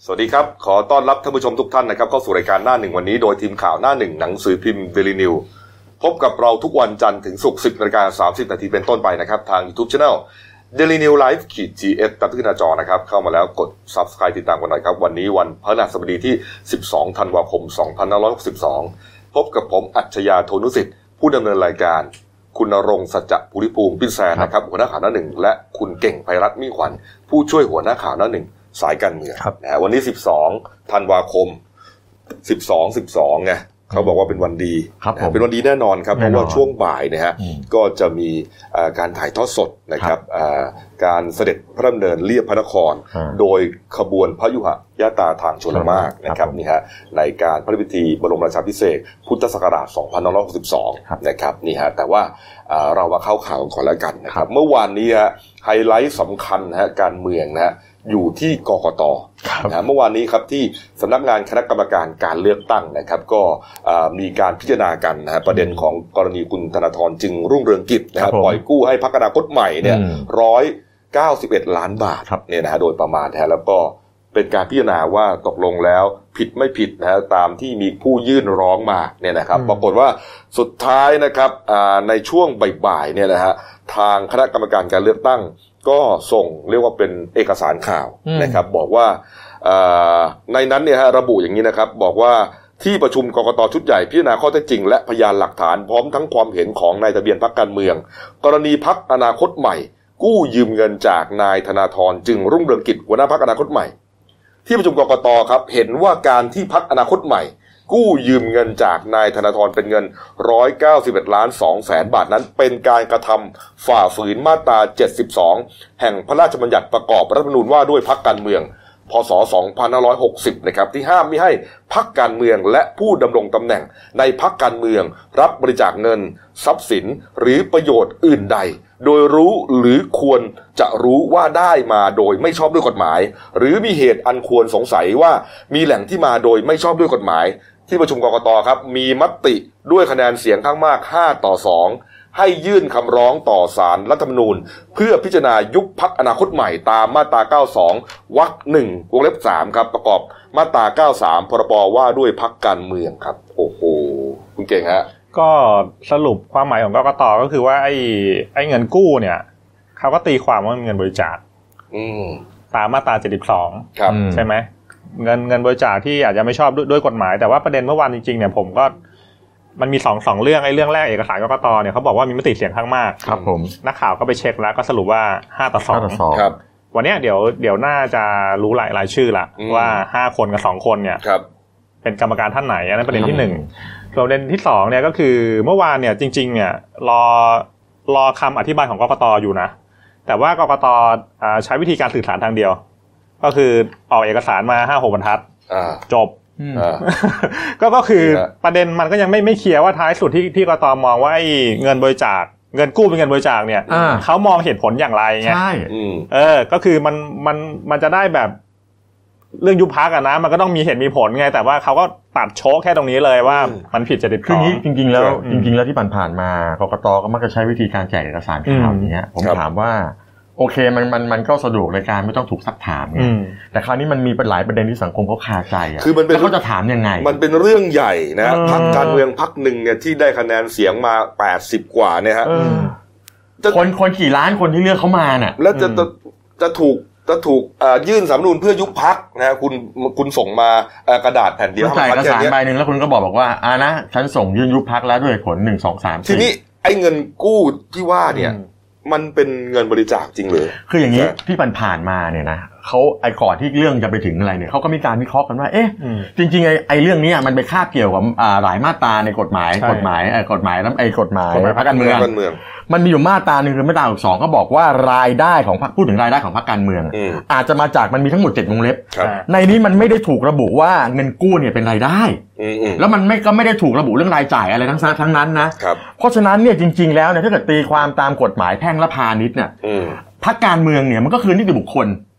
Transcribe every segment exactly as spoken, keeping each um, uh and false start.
สวัสดีครับขอต้อนรับท่านผู้ชมทุกท่านนะครับเข้าสู่รายการหน้าหนึ่งวันนี้โดยทีมข่าวหน้าหนึ่งหนังสือพิมพ์ Daily News พบกับเราทุกวันจันทร์ถึงศุกร์ สิบนาฬิกาสามสิบนาทีเป็นต้นไปนะครับทาง YouTube Channel Daily News Live ขีด จี เอส ตามที่ขึ้นหน้าจอนะครับเข้ามาแล้วกด Subscribe ติดตามกันหน่อยครับวันนี้วันพฤหัสบดีที่สิบสองธันวาคมสองพันห้าร้อยหกสิบสองพบกับผมอัจฉริยะ โทนุสิทธิ์ผู้ดำเนินรายการคุณณรงค์สัจจะภูริภูมิพิแซนนะครับหัวหน้าข่าวหน้าหนึ่งและคุณเก่งไพรัตน์มิ่งขวัญผู้ช่วยหัวหน้าข่าวหน้าหนึ่งสายการเมืองนะฮะวันนี้สิบสองธันวาคมสิบสอง สิบสองไงเขาบอกว่าเป็นวันดีเป็นวันดีแน่นอนครับเพราะว่าช่วงบ่ายนะฮะก็จะมีการถ่ายทอดสดนะครับการเสด็จพระดำเนินเลียบพระนครโดยขบวนพยุหยาตราทางชลมารนะครับนี่ฮะในการพระราชพิธีบรมราชาภิเษกพุทธศักราชสองพันห้าร้อยหกสิบสองนะครับนี่ฮะแต่ว่าเรามาเข้าข่าวก่อนแล้วกันนะครับเมื่อวานนี้ฮะไฮไลท์สำคัญนะฮะการเมืองนะฮะอยู่ที่กกต.นะเมื่อวานนี้ครับที่สำนักงานคณะกรรมการการเลือกตั้งนะครับก็มีการพิจารณากันนะฮะประเด็นของกรณีคุณธนาธรจึงรุ่งเรืองกิจนะครับปล่อยกู้ให้พรรคอนาคตใหม่เนี่ยหนึ่งร้อยเก้าสิบเอ็ดล้านบาทเนี่ยนะฮะโดยประมาณนะฮะแล้วก็เป็นการพิจารณาว่าตกลงแล้วผิดไม่ผิดนะฮะตามที่มีผู้ยื่นร้องมาเนี่ยนะครับปรากฏว่าสุดท้ายนะครับในช่วงบ่ายๆเนี่ยนะฮะทางคณะกรรมการการเลือกตั้งก็ส่งเรียกว่าเป็นเอกสารข่าวนะครับบอกว่าในนั้นเนี่ยฮะระบุอย่างนี้นะครับบอกว่าที่ประชุมกกต.ชุดใหญ่พิจารณาข้อเท็จจริงและพยานหลักฐานพร้อมทั้งความเห็นของนายทะเบียนพรรคการเมืองกรณีพรรคอนาคตใหม่กู้ยืมเงินจากนายธนาธรจึงรุ่งเรืองกิจหัวหน้าพรรคอนาคตใหม่ที่ประชุมกกต.ครับเห็นว่าการที่พรรคอนาคตใหม่กู้ยืมเงินจากนายธนาธรเป็นเงินหนึ่งร้อยเก้าสิบเอ็ดล้านสองแสนบาทนั้นเป็นการกระทำฝ่าฝืนมาตราเจ็ดสิบสองแห่งพระราชบัญญัติประกอบรัฐธรรมนูญว่าด้วยพรรคการเมืองพ.ศ. สองพันห้าร้อยหกสิบนะครับที่ห้ามไม่ให้พรรคการเมืองและผู้ดำรงตำแหน่งในพรรคการเมืองรับบริจาคเงินทรัพย์สินหรือประโยชน์อื่นใดโดยรู้หรือควรจะรู้ว่าได้มาโดยไม่ชอบด้วยกฎหมายหรือมีเหตุอันควรสงสัยว่ามีแหล่งที่มาโดยไม่ชอบด้วยกฎหมายที่ประชุมกกต.ครับมีมติด้วยคะแนนเสียงข้างมากห้าต่อสองให้ยื่นคำร้องต่อศาลรัฐธรรมนูญเพื่อพิจารณายุบพรรคอนาคตใหม่ตามมาตราเก้าสิบสองวรรคหนึ่งวงเล็บสามครับประกอบมาตราเก้าสิบสามพรบว่าด้วยพรรคการเมืองครับโอ้โหคุณเก่งฮะก็สรุปความหมายของกกต.ก็คือว่าไอ้ไอ้เงินกู้เนี่ยเขาก็ตีความว่าเงินบริจาคอืมตามมาตราเจ็ดสิบสองครับใช่ไหมเงินเงินบริจาคที่อาจจะไม่ชอบด้วยด้วยกฎหมายแต่ว่าประเด็นเมื่อวานจริงๆเนี่ยผมก็มันมีสอง สองเรื่องไอ้เรื่องแรกเอกสารกกต.เนี่ยเขาบอกว่ามีมติเสียงข้างมากครับผมนักข่าวก็ไปเช็คแล้วก็สรุปว่าห้าต่อสองครับวันนี้เดี๋ยวเดี๋ยวน่าจะรู้รายรายชื่อละว่าห้าคนกับสองคนเนี่ยเป็นกรรมการท่านไหนอันนั้นประเด็นที่หนึ่งประเด็นที่สองเนี่ยก็คือเมื่อวานเนี่ยจริงๆเนี่ยรอรอคำอธิบายของกกต.อยู่นะแต่ว่ากกต.ใช้วิธีการสื่อสารทางเดียวก็คือออกเอกสารมา ห้าหก บรรทัดจบก็ก็คือประเด็นมันก็ยังไม่ไม่เคลียร์ว่าท้ายสุดที่ที่กกต.มองว่าไอ้เงินบริจาคเงินกู้เป็นเงินบริจาคเนี่ยเขามองเหตุผลอย่างไรไงใช่เออก็คือมันมันมันจะได้แบบเรื่องยุบพรรคอะนะมันก็ต้องมีเหตุมีผลไงแต่ว่าเขาก็ตัดโชว์แค่ตรงนี้เลยว่ามันผิดจริยธรรมคือจริงๆแล้วจริงๆแล้วที่ผ่านๆมากกต.ก็มักจะใช้วิธีการแจกเอกสารข่าวอย่างเงี้ยผมถามว่าโอเคมันมันมันก็สะดวกในการไม่ต้องถูกซักถามไงแต่คราวนี้มันมีหลายประเด็นที่สังคมเขาคาใจอ่ะคือมันเป็นเขาจะถามยังไงมันเป็นเรื่องใหญ่นะพรรคการเมืองพรรคนึงเนี่ยที่ได้คะแนนเสียงมาแปดสิบกว่าเนี่ยฮะคนคนกี่ล้านคนที่เลือกเขามาน่ะแล้วจะจะจะถูกจะถูกยื่นสำนูนเพื่อยุบพรรคนะคุณคุณส่งมากระดาษแผ่นเดียวจ่ายเอกสารใบนึงแล้วคุณก็บอกบอกว่าอ่านะฉันส่งยื่นยุบพรรคแล้วด้วยผลหนึ่ง สอง สาม สี่ทีนี้ไอ้เงินกู้ที่ว่าเนี่ยมันเป็นเงินบริจาคจริงหรือคืออย่างนี้ที่ผ่านๆมาเนี่ยนะเขาไอ้ก่อนที่เรื่องจะไปถึงอะไรเนี่ยเขาก็มีการวิเคราะห์กันว่าเอ๊ะจริงๆไอ้ไอ้เรื่องนี้มันไปคาบเกี่ยวกับอ่าหลายมาตราในกฎหมายกฎหมายไอ้กฎหมายแล้วไอ้กฎหมายพรรคการเมืองมันมีอยู่มาตรานึงคือมาตราสองก็บอกว่ารายได้ของพรรคพูดถึงรายได้ของพรรคการเมืองอาจจะมาจากมันมีทั้งหมดเจ็ดวงเล็บในนี้มันไม่ได้ถูกระบุว่าเงินกู้เนี่ยเป็นรายได้แล้วมันไม่ก็ไม่ได้ถูกระบุเรื่องรายจ่ายอะไรทั้งทั้งนั้นนะเพราะฉะนั้นเนี่ยจริงๆแล้วเนี่ยถ้าเกิดตีความตามกฎหมายแพ่งและพาณิชย์เนี่ยพรรคการเมืองเนี่ยมันก็คือนิติบุคคล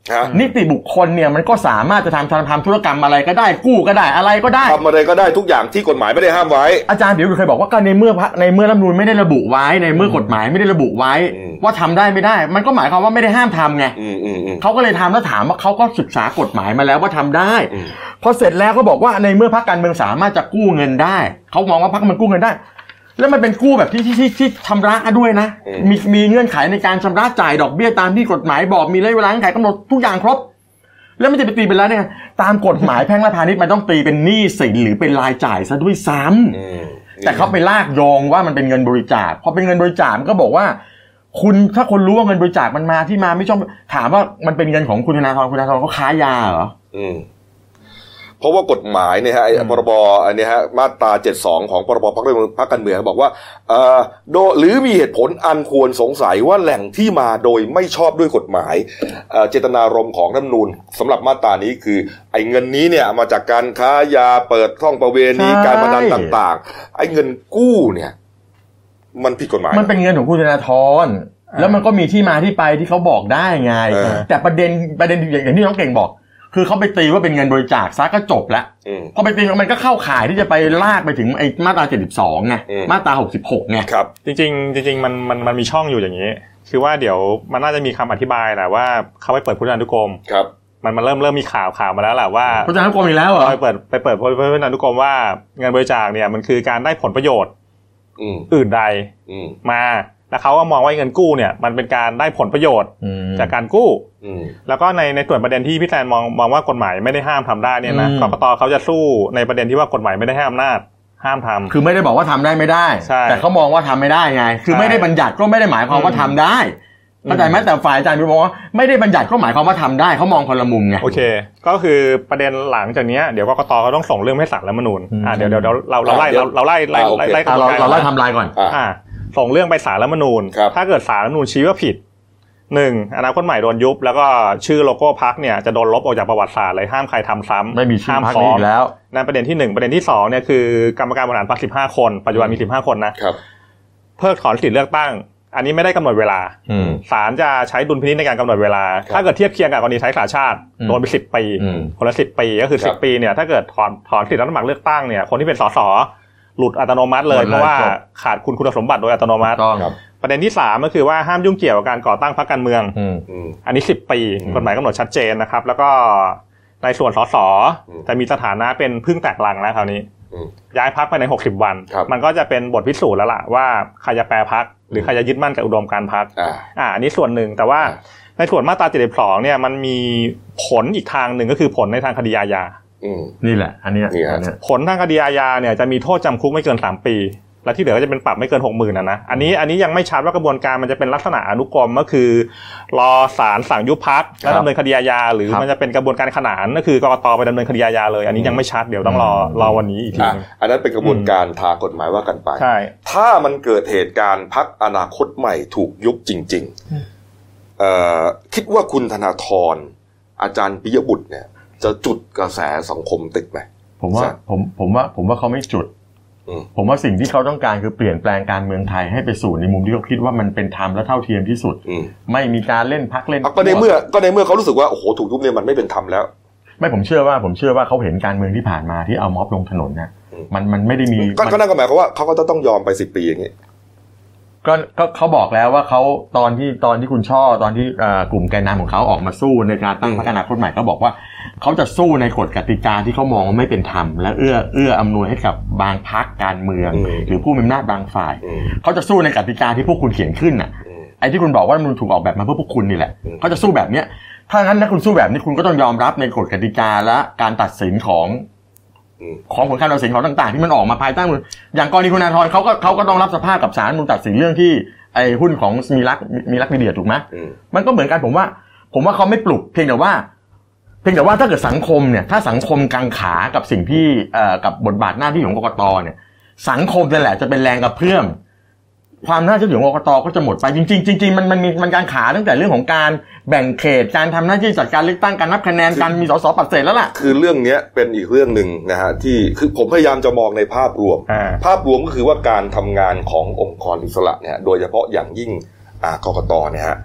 นิติบุคคลเนี่ยมันก็สามารถจะทำทำธุรกรรมอะไรก็ได้กู้ก็ได้อะไรก็ได้ทำอะไรก็ได้ทุกอย่างที่กฎหมายไม่ได้ห้ามไว้อาจารย์เดี๋ยวเคยบอกว่าก็ในเมื่อในเมื่อรัฐธรรมนูญไม่ได้ระบุไว้ในเมื่อกฎหมายไม่ได้ระบุไว้ว่าทำได้ไม่ได้มันก็หมายความว่าไม่ได้ห้ามทำไงเขาก็เลยทำแล้วถามว่าเขาก็ศึกษากฎหมายมาแล้วว่าทำได้พอเสร็จแล้วก็บอกว่าในเมื่อพรรคการเมืองสามารถจะกู้เงินได้เขามองว่าพรรคมันกู้เงินได้แล้วมันเป็นกู้แบบที่ที่ที่ที่ชำระด้วยนะมีมีเงื่อนไขในการชำระจ่ายดอกเบี้ยตามที่กฎหมายบอกมีระยะเวลาเงื่อนไขกำหนดทุกอย่างครบแล้วมันจะไปตีเป็นแล้วเนี่ยตามกฎหมายแพ่งและพาณิชย์มันต้องตีเป็นหนี้สินหรือเป็นรายจ่ายซะด้วยซ้ำแต่เขาไปลากโยงว่ามันเป็นเงินบริจาคพอเป็นเงินบริจาคมันก็บอกว่าคุณถ้าคนรู้ว่าเงินบริจาคมันมาที่มาไม่ชอบถามว่ามันเป็นเงินของคุณธนาธรคุณธนาธรเขาค้ายาเหรอเพราะว่ากฎหมายเนี่ยฮะพรบอันนี้ฮะมาตราเจ็ดสิบสองของพรบพรรคพรรคการเมืองบอกว่าเอ่อโดหรือมีเหตุผลอันควรสงสัยว่าแหล่งที่มาโดยไม่ชอบด้วยกฎหมายเอ่อเจตนารมณ์ของรัฐธรรมนูญสำหรับมาตรานี้คือไอ้เงินนี้เนี่ยมาจากการค้ายาเปิดท่องประเวณีการพนันต่างๆไอ้เงินกู้เนี่ยมันผิดกฎหมายมันเป็นเงินของคุณธนาธรแล้วมันก็มีที่มาที่ไปที่เขาบอกได้ไงแต่ประเด็นประเด็นอย่างที่น้องเก่งบอกคือเขาไปตีว่าเป็นเงินบริจาคซะก็จบแล้วพอไปตีมันก็เข้าข่ายที่จะไปลากไปถึงไอ้มาตราเจ็ดสิบสองไงมาตราหกสิบหกไงครับจริงๆจริงๆมันมันมันมีช่องอยู่อย่างนี้คือว่าเดี๋ยวมันน่าจะมีคำอธิบายแหละว่าเขาไปเปิดพจนานุกรมครับมันมันเริ่มเริ่มมีข่าวข่าวมาแล้วแหละว่าพจนานุกรมอีกแล้วเหรอไปเปิดไปเปิดพจนานุกรมว่าเงินบริจาคเนี่ยมันคือการได้ผลประโยชน์อื่นใดมาแล้วเขาก็มองว่าเงินกู้เนี่ยมันเป็นการได้ผลประโยชน์จากการกู้แล้วก็ในในส่วนประเด็นที่พี่แซนมองมองว่ากฎหมายไม่ได้ห้ามทำได้เนี่ยนะกกตเขาจะสู้ในประเด็นที่ว่ากฎหมายไม่ได้ให้อำนาจห้ามทำคือไม่ได้บอกว่าทำได้ไม่ได้แต่เขามองว่าทำไม่ได้ไงคือไม่ได้บัญญัติก็ไม่ได้หมายความว่าทำได้เข้าใจไหมแต่ฝ่ายอาจารย์พี่บอกว่าไม่ได้บัญญัติก็หมายความว่าทำได้เขามองคนละมุมไงโอเคก็คือประเด็นหลังจากนี้เดี๋ยวกกตเขาต้องส่งเรื่องให้ศาลรัฐธรรมนูญอ่าเดี๋ยวเดี๋ยวเราเราไล่เราไล่ไล่ไล่เราเราไล่ทำลายก่อนอ่าส่งเรื่องไปศาลรัฐธรรมนูญถ้าเกิดศาลรัฐธรรมนูญชี้ว่าผิดหนึ่งอนาคตใหม่โดนยุบแล้วก็ชื่อโลโก้พรรคเนี่ยจะโดนลบออกจากประวัติศาสตร์เลยห้ามใครทำซ้ำไม่มีชื่อพรรคนี้อีกแล้วนั่นประเด็นที่หนึ่งประเด็นที่สองเนี่ยคือกรรมการบริหารพรรคสิบห้าคนปัจจุบันมีสิบห้าคนนะครับเพิกถอนสิทธิเลือกตั้งอันนี้ไม่ได้กำหนดเวลาศาลจะใช้ดุลพินิจในการกำหนดเวลาถ้าเกิดเทียบเคียงกับกรณีไทยสาชาติโดนไปสิบปีคนละสิบปีก็คือสิบปีเนี่ยถ้าเกิดถอนถอนสิทธิรับสมัครเลือกตั้งเนี่ยคนที่เป็นสสหลุดอัตโนมัติเลยเพราะว่าขาดคุณคุณสมบัติโดยอัตโนมัติประเด็นที่สามก็คือว่าห้ามยุ่งเกี่ยวกับการก่อตั้งพรรคการเมืองอันนี้สิบปีกฎหมายกำหนดชัดเจนนะครับแล้วก็ในส่วนสสจะมีสถานะเป็นพึ่งแตกรังแล้วคราวนี้ย้ายพรรคภายในหกสิบวันมันก็จะเป็นบทพิสูจน์แล้วล่ะว่าใครจะแปรพรรคหรือใครจะยึดมั่นกับอุดมการณ์พรรคอ่าอันนี้ส่วนหนึ่งแต่ว่าในส่วนมาตราเจ็ดสิบสองเนี่ยมันมีผลอีกทางหนึ่งก็คือผลในทางคดีอาญานี่แหละอันนี้ผลทางคดีอาญาเนี่ยจะมีโทษจำคุกไม่เกินสามปีและที่เหลือก็จะเป็นปรับไม่เกิน หกหมื่น อ่ะนะอันนี้อันนี้ยังไม่ชัดว่ากระบวนการมันจะเป็นลักษณะอนุกรมก็คือรอศาลสั่งยุบพรรคแล้วดำเนินคดีอาญาหรือมันจะเป็นกระบวนการขนานก็คือกกตไปดำเนินคดีอาญาเลยอันนี้ยังไม่ชัดเดี๋ยวต้องรอรอวันนี้อีกทีนึงอันนั้นเป็นกระบวนการทางกฎหมายว่ากันไปใช่ถ้ามันเกิดเหตุการณ์พรรคอนาคตใหม่ถูกยุบจริงๆเอ่อคิดว่าคุณธนาธรอาจารย์ปิยบุตรเนี่ยจะจุดกระแสสังคมติดไหมผมว่าผมผมว่าผมว่าเขาไม่จุดผมว่าสิ่งที่เขาต้องการคือเปลี่ยนแปลงการเมืองไทยให้ไปสู่ในมุมที่เขาคิดว่ามันเป็นธรรมและเท่าเทียมที่สุดไม่มีการเล่นพรรคเล่นก็ในเมื่อก็ในเมื่อเขารู้สึกว่าโอ้โหถูกยุบเนี่ยมันไม่เป็นธรรมแล้วไม่ผมเชื่อว่าผมเชื่อว่าเขาเห็นการเมืองที่ผ่านมาที่เอาม็อบลงถนนนะมันมันไม่ได้มีก็นั่นก็หมายความว่าเขาก็ต้องยอมไปสิบปีอย่างนี้ก็ก็เขาบอกแล้วว่าเขาตอนที่ตอนที่คุณช่อตอนที่กลุ่มแกนนำของเขาออกมาสู้ในการตั้งพรรคอนาคตใหม่เขาบอกว่าเขาจะสู้ในกฎกติกาที่เขามองว่าไม่เป็นธรรมและเอื้อเอื้ออำนวยให้กับบางพรรคการเมืองหรือผู้มีอำนาจบางฝ่ายเขาจะสู้ในกติกาที่พวกคุณเขียนขึ้นน่ะไอ้ที่คุณบอกว่ามันถูกออกแบบมาเพื่อพวกคุณนี่แหละเขาจะสู้แบบเนี้ยถ้างั้นถ้าคุณสู้แบบนี้คุณก็ต้องยอมรับในกฎกติกาและการตัดสินของของผลการตัดสินของต่างๆที่มันออกมาภายใต้มืออย่างกรณีคุณธนาธรเขาก็เขาก็ต้องรับสภาพกับศาลมูลตัดสินเรื่องที่ไอ้หุ้นของมีรักมีรักมีเดียถูกไหมมันก็เหมือนกันผมว่าผมว่าเขาไม่ปลุกเพียงแต่ว่าเพียงแต่ว่าถ้าเกิดสังคมเนี่ยถ้าสังคมกังขากับสิ่งที่เอ่อกับบทบาทหน้าที่ของกกตเนี่ยสังคมนั่นแหละจะเป็นแรงกระเพื่อมความน่าเชื่อถือของกกตก็จะหมดไปจริงๆจริงๆมันมันมีมันการขาตั้งแต่เรื่องของการแบ่งเขตการทำหน้าที่จัดการเลือกตั้งการนับคะแนนการมีสสปัดเศษแล้วล่ะคือเรื่องนี้เป็นอีกเรื่องนึงนะฮะที่คือผมพยายามจะมองในภาพรวมภาพรวมก็คือว่าการทำงานขององค์กรอิสระเนี่ยโดยเฉพาะอย่างยิ่งกกตเนี่ยฮะ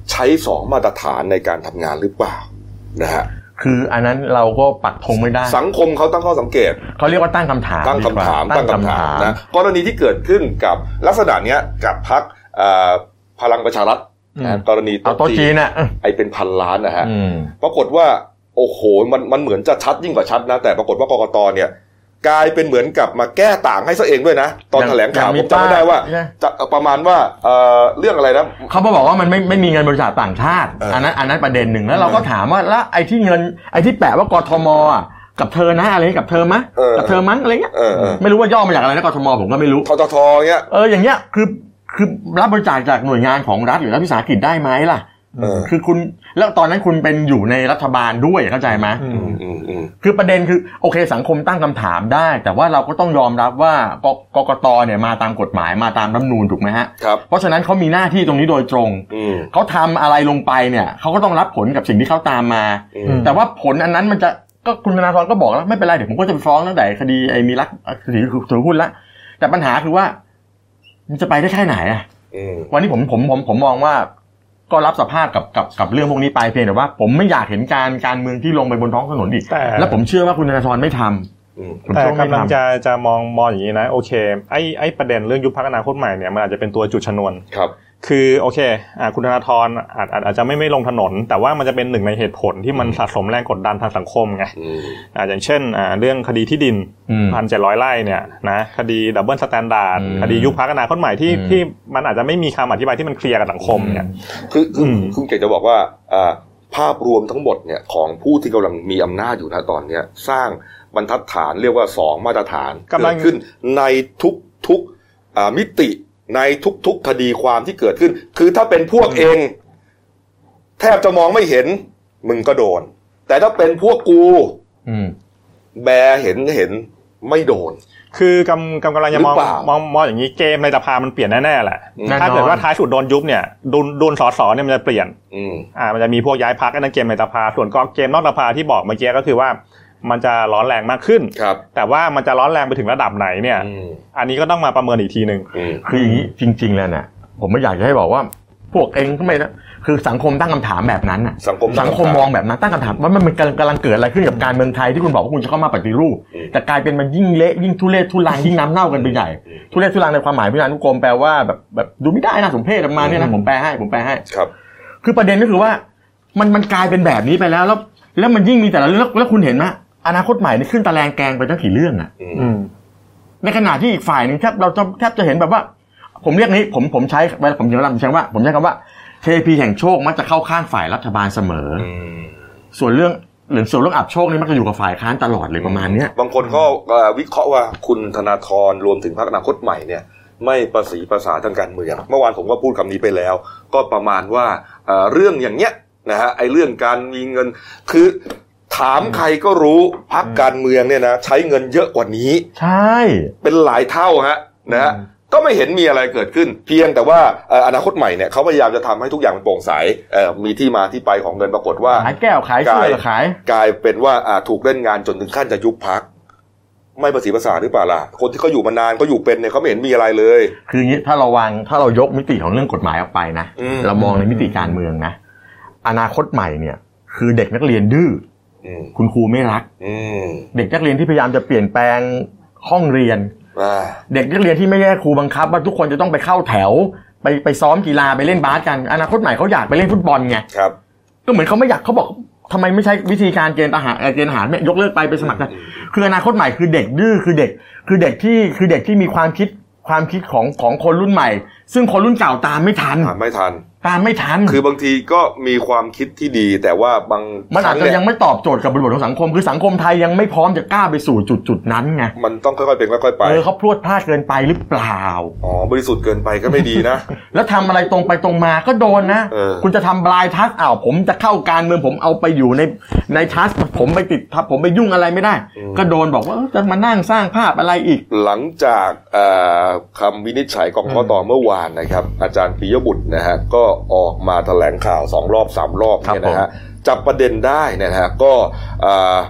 ใช้สองมาตรฐานในการทำงานหรือเปล่านะฮะคืออันนั้นเราก็ปักธงไม่ได้สังคมเขาตั้งข้อสังเกตเขาเรียกว่าตั้งคำถามตั้งคำถามตั้งคำถามนะกรณีที่เกิดขึ้นกับลักษณะเนี้ยกับพรรคพลังประชารัฐนะกรณีโต๊ะจีนน่ะไอเป็นพันล้านนะฮะปรากฏว่าโอ้โหมันมันเหมือนจะชัดยิ่งกว่าชัดนะแต่ปรากฏว่ากกตเนี่ยกลายเป็นเหมือนกับมาแก้ต่างให้ซะเองด้วยนะตอนแถลงข่าวผมจำไม่ได้ว่าจะประมาณว่าเอ่อเรื่องอะไรนะเขาบอกว่ามันไม่ไม่มีเงินบริจาคต่างชาติอันนั้นอันนั้นประเด็นหนึ่งแล้วเราก็ถามว่าแล้วไอ้ที่เงินไอ้ที่แปะว่ากทมอ่ะกับเธอนะอะไรกับเธอมะกับเธอมั้งอะไรเงี้ยไม่รู้ว่าย่อมาจากอะไรนะกทมผมก็ไม่รู้ทททเงี้ยเอออย่างเงี้ยคือคือรับบริจาคจากหน่วยงานของรัฐหรือรัฐวิสาหกิจได้ไหมล่ะคือคุณแล้วตอนนั้นคุณเป็นอยู่ในรัฐบาลด้วยเข้าใจไหมคือประเด็นคือโอเคสังคมตั้งคำถามได้แต่ว่าเราก็ต้องยอมรับว่ากกตเนี่ยมาตามกฎหมายมาตามรัฐธรรมนูญถูกไหมฮะเพราะฉะนั้นเขามีหน้าที่ตรงนี้โดยตรงเขาทำอะไรลงไปเนี่ยเขาก็ต้องรับผลกับสิ่งที่เขาตามมาแต่ว่าผลอันนั้นมันจะก็คุณธนาธรก็บอกแล้วไม่เป็นไรเดี๋ยวผมก็จะไปฟ้องตั้งแต่คดีไอ้มีรักถือถือหุ้นละแต่ปัญหาคือว่ามันจะไปได้แค่ไหนอ่ะวันนี้ผมผมผมผมมองว่าก็รับสภาพกับกับกับเรื่องพวกนี้ไปเพียงแต่ว่าผมไม่อยากเห็นการการเมืองที่ลงไปบนท้องถนนอีกและผมเชื่อว่าคุณธนาธรไม่ทำแต่กำลังจะจะมองมองอย่างนี้นะโอเคไอ้ไอ้ประเด็นเรื่องยุบพรรคอนาคตใหม่เนี่ยมันอาจจะเป็นตัวจุดชนวนครับคือโอเคอ่าคุณธนาธรอาจอาจจะไม่ไม่ลงถนนแต่ว่ามันจะเป็นหนึ่งในเหตุผลที่มันสะสมแรงกดดันทางสังคมไงอ่าอย่างเช่นอ่าเรื่องคดีที่ดิน หนึ่งพันเจ็ดร้อย ไร่เนี่ยนะคดีดับเบิลสแตนดาร์ดคดียุบพรรคอนาคตใหม่ที่ที่มันอาจจะไม่มีคำอธิบายที่มันเคลียร์กับสังคมเนี่ยคือคุณเก๋จะบอกว่าอ่าภาพรวมทั้งหมดเนี่ยของผู้ที่กำลังมีอำนาจอยู่ณตอนนี้สร้างบรรทัดฐานเรียกว่าสองมาตรฐานเกิดขึ้นในทุกๆอ่ามิติในทุกๆคดีความที่เกิดขึ้นคือถ้าเป็นพวกเองแทบจะมองไม่เห็นมึงก็โดนแต่ถ้าเป็นพวกกูแบเห็นเห็นไม่โดนคือกำกำกำลังจะมองมองมองอย่างนี้เกมในสภามันเปลี่ยนแน่ๆแหละถ้าเกิดว่าท้ายสุดโดนยุบเนี่ยดุลดุลสสเนี่ยมันจะเปลี่ยนอ่ามันจะมีพวกย้ายพรรคนั่นเกมในสภาส่วนก็เกมนอกสภาที่บอกเมื่อกี้ก็คือว่ามันจะร้อนแรงมากขึ้นแต่ว่ามันจะร้อนแรงไปถึงระดับไหนเนี่ยอันนี้ก็ต้องมาประเมินอีกทีนึงคืออย่างนี้จริงๆแล้วเนี่ยผมไม่อยากจะให้บอกว่าพวกเองทำไมนะคือสังคมตั้งคำถามแบบนั้นน่ะสังคมสังคมมองแบบนั้นตั้งคำถามว่ามันกำลังเกิดอะไรขึ้นกับการเมืองไทยที่คุณบอกว่าคุณจะเข้ามาปฏิรูปแต่กลายเป็นมันยิ่งเละยิ่งทุเรศทุรังยิ่งน้ำเน่ากันไปใหญ่ทุเรศทุรังในความหมายพิจารณานุกรมแปลว่าแบบแบบดูไม่ได้นะสมเพศมาเนี่ยนะผมแปลให้ผมแปลให้ครับคือประเด็นก็คือว่ามันมันกลายเป็นแบบนี้ไปแล้วแล้วแล้วมันยิ่งมีแต่ละเรื่องแล้วคุณเห็นไหมอนาคตใหม่นี่ขึ้นตะแลงแกงไปตั้งกี่เรื่องอ่ะในขณะที่อีกฝ่ายนึงแทบเราจะแทบจะเห็นแบบว่าผมเรียกนี้ผมผมใช้เวลาผมจะใช้ว่าผมใช้คำว่าเทพีแห่งโชคมักจะเข้าข้างฝ่ายรัฐบาลเสมอส่วนเรื่องหรือส่วนเรื่องอับโชคนี่มักจะอยู่กับฝ่ายค้านตลอดเลยประมาณนี้บางคนก็วิเคราะห์ว่าคุณธนาธรรวมถึงพรรคอนาคตใหม่เนี่ยไม่ประสีประสาทางการเมืองเมื่อวานผมก็พูดคำนี้ไปแล้วก็ประมาณว่าเรื่องอย่างเนี้ยนะฮะไอ้เรื่องการมีเงินคือถามใครก็รู้พรรคการเมืองเนี่ยนะใช้เงินเยอะกว่านี้ใช่เป็นหลายเท่าฮะนะฮะก็ไม่เห็นมีอะไรเกิดขึ้นเพียงแต่ว่าอนาคตใหม่เนี่ยเขาพยายามจะทำให้ทุกอย่างมันโปร่งใสมีที่มาที่ไปของเงินปรากฏว่าขายแก้วขายเสื้อขายกลายเป็นว่าถูกเล่นงานจนถึงขั้นจะยุบพรรคไม่ประสีภาษาหรือเปล่าล่ะคนที่เขาอยู่มานานเขาอยู่เป็นเนี่ยเขาไม่เห็นมีอะไรเลยคืออย่างนี้ถ้าเราวางถ้าเรายกมิติของเรื่องกฎหมายออกไปนะเรามองในมิติการเมืองนะอนาคตใหม่เนี่ยคือเด็กนักเรียนดื้อคุณครูไม่รักเด็กนักเรียนที่พยายามจะเปลี่ยนแปลงห้องเรียนเด็กนักเรียนที่ไม่ได้ครูบังคับว่าทุกคนจะต้องไปเข้าแถวไปไปซ้อมกีฬาไปเล่นบาสกันอนาคตใหม่เขาอยากไปเล่นฟุตบอลไงก็เหมือนเขาไม่อยากเขาบอกทำไมไม่ใช้วิธีการเกณฑ์ทหารเกณฑ์ทหารเนี่ยยกเลิกไปไปสมัครกันคืออนาคตใหม่คือเด็กดื้อคือเด็กคือเด็กที่คือเด็กที่มีความคิดความคิดของของคนรุ่นใหม่ซึ่งคนรุ่นเก่าตามไม่ทันไม่ทันตามไม่ทันคือบางทีก็มีความคิดที่ดีแต่ว่าบางมันอาจจะยังไม่ตอบโจทย์กับบริบทของสังคมคือสังคมไทยยังไม่พร้อมจะกล้าไปสู่จุดจุดนั้นไงมันต้องค่อยๆเป็นค่อยๆไปเออเขาพรวดพลาดเกินไปหรือเปล่าอ๋อบริสุทธิ์เกินไปก็ไม่ดีนะแล้วทำอะไรตรงไปตรงมาก็โดนนะคุณจะทำบลายทัสอ้าวผมจะเข้าการเมืองผมเอาไปอยู่ในในทัสผมไปติดทับผมไปยุ่งอะไรไม่ได้ก็โดนบอกว่าจะมานั่งสร้างภาพอะไรอีกหลังจากคำวินิจฉัยของกกต.เมื่อวานนะครับอาจารย์ปิยบุตรนะฮะก็ออกมาแถลงข่าวสองรอบสามรอบเนี่ยนะฮะจับประเด็นได้นะฮะก็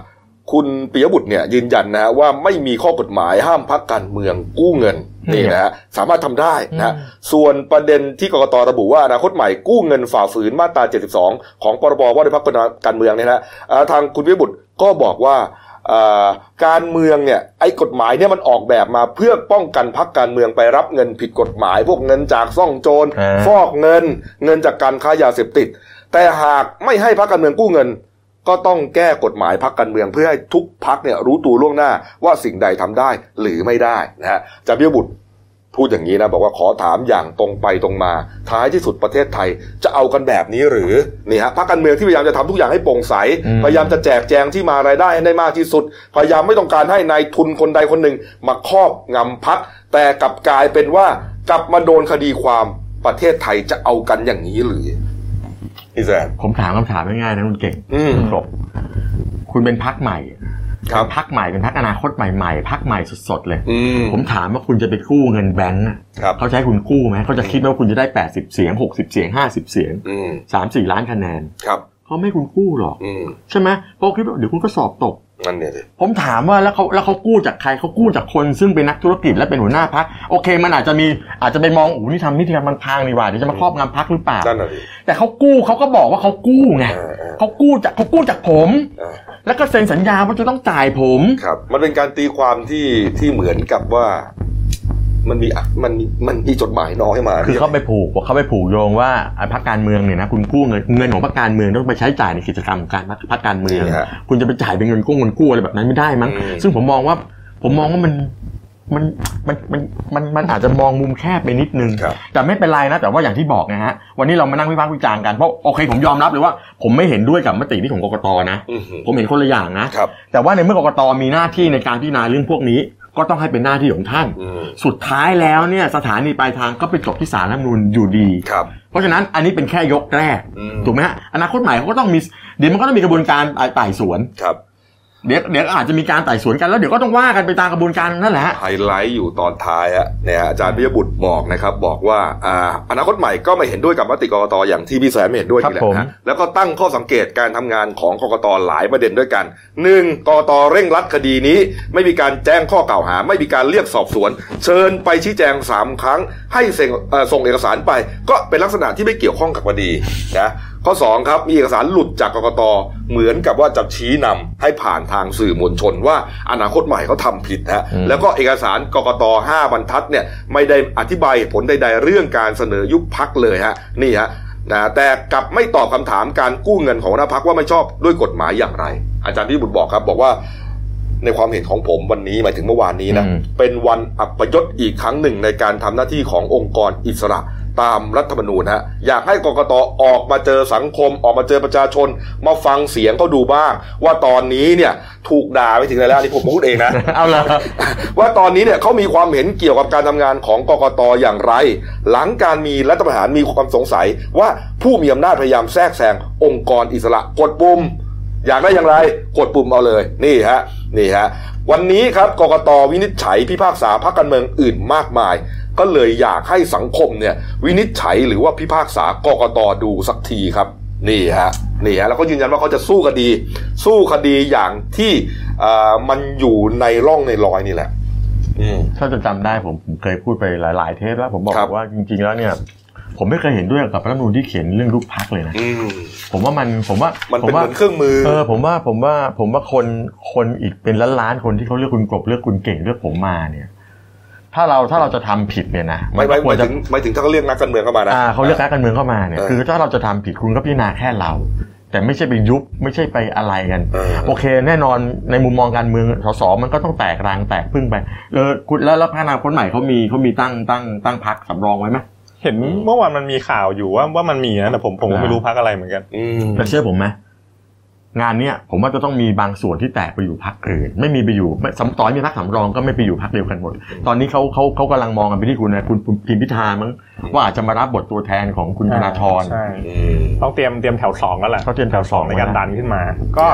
คุณปิยบุตรเนี่ยยืนยันนะฮะว่าไม่มีข้อกฎหมายห้ามพรรคการเมืองกู้เงินนี่นะฮะสามารถทำได้นะส่วนประเด็นที่กกตระบุว่าอนาคตใหม่กู้เงินฝ่าฝืนมาตราเจ็ดสิบสองของพรบว่าด้วยพรรคการเมืองเนี่ยนะทางคุณปิยบุตรก็บอกว่าการเมืองเนี่ยไอ้กฎหมายเนี่ยมันออกแบบมาเพื่อป้องกันพรรคการเมืองไปรับเงินผิดกฎหมายพวกเงินจากซ่องโจรฟอกเงินเงินจากการค้ายาเสพติดแต่หากไม่ให้พรรคการเมืองกู้เงินก็ต้องแก้กฎหมายพรรคการเมืองเพื่อให้ทุกพรรคเนี่ยรู้ตัวล่วงหน้าว่าสิ่งใดทำได้หรือไม่ได้นะฮะอาจารย์ปิยบุตรพูดอย่างนี้นะบอกว่าขอถามอย่างตรงไปตรงมาท้ายที่สุดประเทศไทยจะเอากันแบบนี้หรือนี่ฮะพรรคการเมืองที่พยายามจะทำทุกอย่างให้โปร่งใสพยายามจะแจกแจงที่มารายได้ให้ได้มากที่สุดพยายามไม่ต้องการให้นายทุนคนใดคนหนึ่งมาครอบงำพรรคแต่กลับกลายเป็นว่ากลับมาโดนคดีความประเทศไทยจะเอากันอย่างนี้หรือพี่แซมผมถามคำถามง่ายๆนะคุณเก่งคุณกบคุณเป็นพรรคใหม่เป็นพรรคใหม่เป็นพรรคอนาคตใหม่ๆพรรคใหม่สดๆเลยผมถามว่าคุณจะไปกู้เงินแบงก์เขาใช้คุณกู้ไหมเขาจะคิดว่าคุณจะได้แปดสิบเสียงหกสิบเสียงห้าสิบเสียง สามสี่ล้านคะแนนเขาไม่คุณกู้หรอกใช่ไหมเพราะคิดว่าเดี๋ยวคุณก็สอบตกนั่นเนี่ยผมถามว่าแล้วเขาแล้วเขากู้จากใครเขากู้จากคนซึ่งเป็นนักธุรกิจและเป็นหัวหน้าพรรคโอเคมันอาจจะมีอาจจะไปมองโอ้นี่ทำนิติกรรมมันพังนี่หว่าเดี๋ยวจะมาครอบงำพรรคหรือเปล่าแต่เขากู้เขาก็บอกว่าเขากู้ไงเขากู้จากเขากู้จากผมแล้วก็เซ็นสัญญาว่าจะต้องจ่ายผมครับมันเป็นการตีความที่ที่เหมือนกับว่ามันมีมันมันมีจดหมายน้อยมาคือเขาไปผูกเขาไปผูกโยงว่าพรรคการเมืองเนี่ยนะคุณกู้เงินเงินของพรรคการเมืองต้องไปใช้จ่ายในกิจกรรมของการพรรคการเมืองคุณจะไปจ่ายเป็นเงินกู้เงินกู้อะไรแบบนั้นไม่ได้มั้งซึ่งผมมองว่าผมมองว่ามันมันมันมันมันมันอาจจะมองมุมแคบไปนิดนึงแต่ไม่เป็นไรนะแต่ว่าอย่างที่บอกนะฮะวันนี้เรามานั่งวิพากษ์วิจารณ์กันเพราะโอเคผมยอมรับเลยว่าผมไม่เห็นด้วยกับมติที่ของกกตนะผมเห็นคนละอย่างนะแต่ว่าในเมื่อกกตมีหน้าที่ในการพิจารณาเรื่องพวกนี้ก็ต้องให้เป็นหน้าที่ของท่านสุดท้ายแล้วเนี่ยสถานีปลายทางก็ไปจบที่ศาลรัฐธรรมนูญอยู่ดีเพราะฉะนั้นอันนี้เป็นแค่ยกแรกถูกไหมฮะอนาคตใหม่เขาก็ต้องมีเดี๋ยวมันก็ต้องมีกระบวนการไต่สวนเดี๋ยวเดี๋ยวอาจจะมีการไต่สวนกันแล้วเดี๋ยวก็ต้องว่ากันไปตามกระบวนการนั่นแหละไฮไลท์อยู่ตอนท้ายอะเนี่ยอาจารย์ปิยบุตรบอกนะครับบอกว่าอ่าอนาคตใหม่ก็ไม่เห็นด้วยกับมติกกตอย่างที่พี่แสนไม่เห็นด้วยนี่แหละนะแล้วก็ตั้งข้อสังเกตการทำงานของกกตหลายประเด็นด้วยกันหนึ่งกกตเร่งรัดคดีนี้ไม่มีการแจ้งข้อกล่าวหาไม่มีการเรียกสอบสวนเชิญไปชี้แจงสามครั้งให้ส่งเอกสารไปก็เป็นลักษณะที่ไม่เกี่ยวข้องกับคดีนะข้อสองครับมีเอกสารหลุดจากกกตเหมือนกับว่าจะชี้นำให้ผ่านทางสื่อมวลชนว่าอนาคตใหม่เขาทำผิดฮะแล้วก็เอกสารกกตห้าบรรทัดเนี่ยไม่ได้อธิบายผลใดๆเรื่องการเสนอยุบพรรคเลยฮะนี่ฮะนะแต่กลับไม่ตอบคำถามการกู้เงินของหัวหน้าพรรคว่าไม่ชอบด้วยกฎหมายอย่างไรอาจารย์ปิยบุตรบอกครับบอกว่าในความเห็นของผมวันนี้หมายถึงเมื่อวานนี้นะเป็นวันอัปยศอีกครั้งหนึ่งในการทำหน้าที่ขององค์กรอิสระตามรัฐธรรมนูญฮะอยากให้กกตออกมาเจอสังคมออกมาเจอประชาชนมาฟังเสียงเขาดูบ้างว่าตอนนี้เนี่ยถูกด่าไปถึงไหนแล้วนี่ผมพูดเองนะเอาละว่าตอนนี้เนี่ยเขามีความเห็นเกี่ยวกับการทำงานของกกตอย่างไรหลังการมีรัฐประหารมีความสงสัยว่าผู้มีอำนาจพยายามแทรกแซงองค์กรอิสระกดปุ่มอยากได้อย่างไรกดปุ่มเอาเลยนี่ฮะนี่ฮะวันนี้ครับกกตวินิจฉัยพิพากษาพรรคการเมืองอื่นมากมายก็เลยอยากให้สังคมเนี่ยวินิจฉัยหรือว่าพิพากษากกตดูสักทีครับนี่ฮะนี่ฮะแล้วก็ยืนยันว่าเขาจะสู้คดีสู้คดีอย่างที่อ่ามันอยู่ในร่องในรอยนี่แหละอืมถ้าจะจำได้ผมผมเคยพูดไปหลายๆเทปแล้วผมบอกว่าจริงๆแล้วเนี่ยผมไม่เคยเห็นด้วยกับรัฐธรรมนูญที่เขียนเรื่องยุบพรรคเลยนะผมว่ามันผมว่ามันเป็นเหมือนเครื่องมือเออผมว่าผมว่าผมว่าคนคนอีกเป็นล้านๆคนที่เขาเลือกคุณกบเลือกคุณเก่งเลือกผมมาเนี่ยถ้าเราถ้าเราจะทำผิดเนี่ยนะไม่ไม่ไม่ถึงไม่ถึงถ้าเขาเรียกนักการเมืองเข้ามานะอ่าเขาเรียกนักการเมืองเข้ามาเนี่ยคือถ้าเราจะทำผิดคุณก็พิจารณาแค่เราแต่ไม่ใช่ไปยุบไม่ใช่ไปอะไรกันโอเคแน่นอนในมุมมองการเมืองสสมันก็ต้องแตกรางแตกพึ่งไปเออคุณแล้วแล้วพรรคอนาคตใหม่เขามีเขามีตั้งตั้งตั้งพรรคสำรองไว้ไหมเห็นเมื่อวานมันมีข่าวอยู่ว่าว่ามันมีนะแต่ผมผมก็ไม่รู้พรรคอะไรเหมือนกันแต่เชื่อผมไหมงานเนี้ยผมว่าจะต้องมีบางส่วนที่แตกไปอยู่พรรคอื่นไม่มีไปอยู่สำต่อมีพรรคสำรองก็ไม่ไปอยู่พรรคเดียวกันหมดตอนนี้เขาเขาเขากำลังมองกันไปที่คุณนะคุณพิมพิธามั้งว่าอาจจะมารับบทตัวแทนของคุณธนาธรใช่ต้องเตรียมเตรียมแถวสองแล้วแหละเขาเตรียมแถวสองในการดันขึ้นมาก็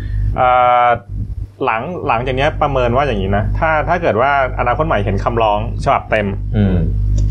หลังหลังจากนี้ประเมินว่าอย่างนี้นะถ้าถ้าเกิดว่าอนาคตใหม่เห็นคำร้องฉบับเต็ม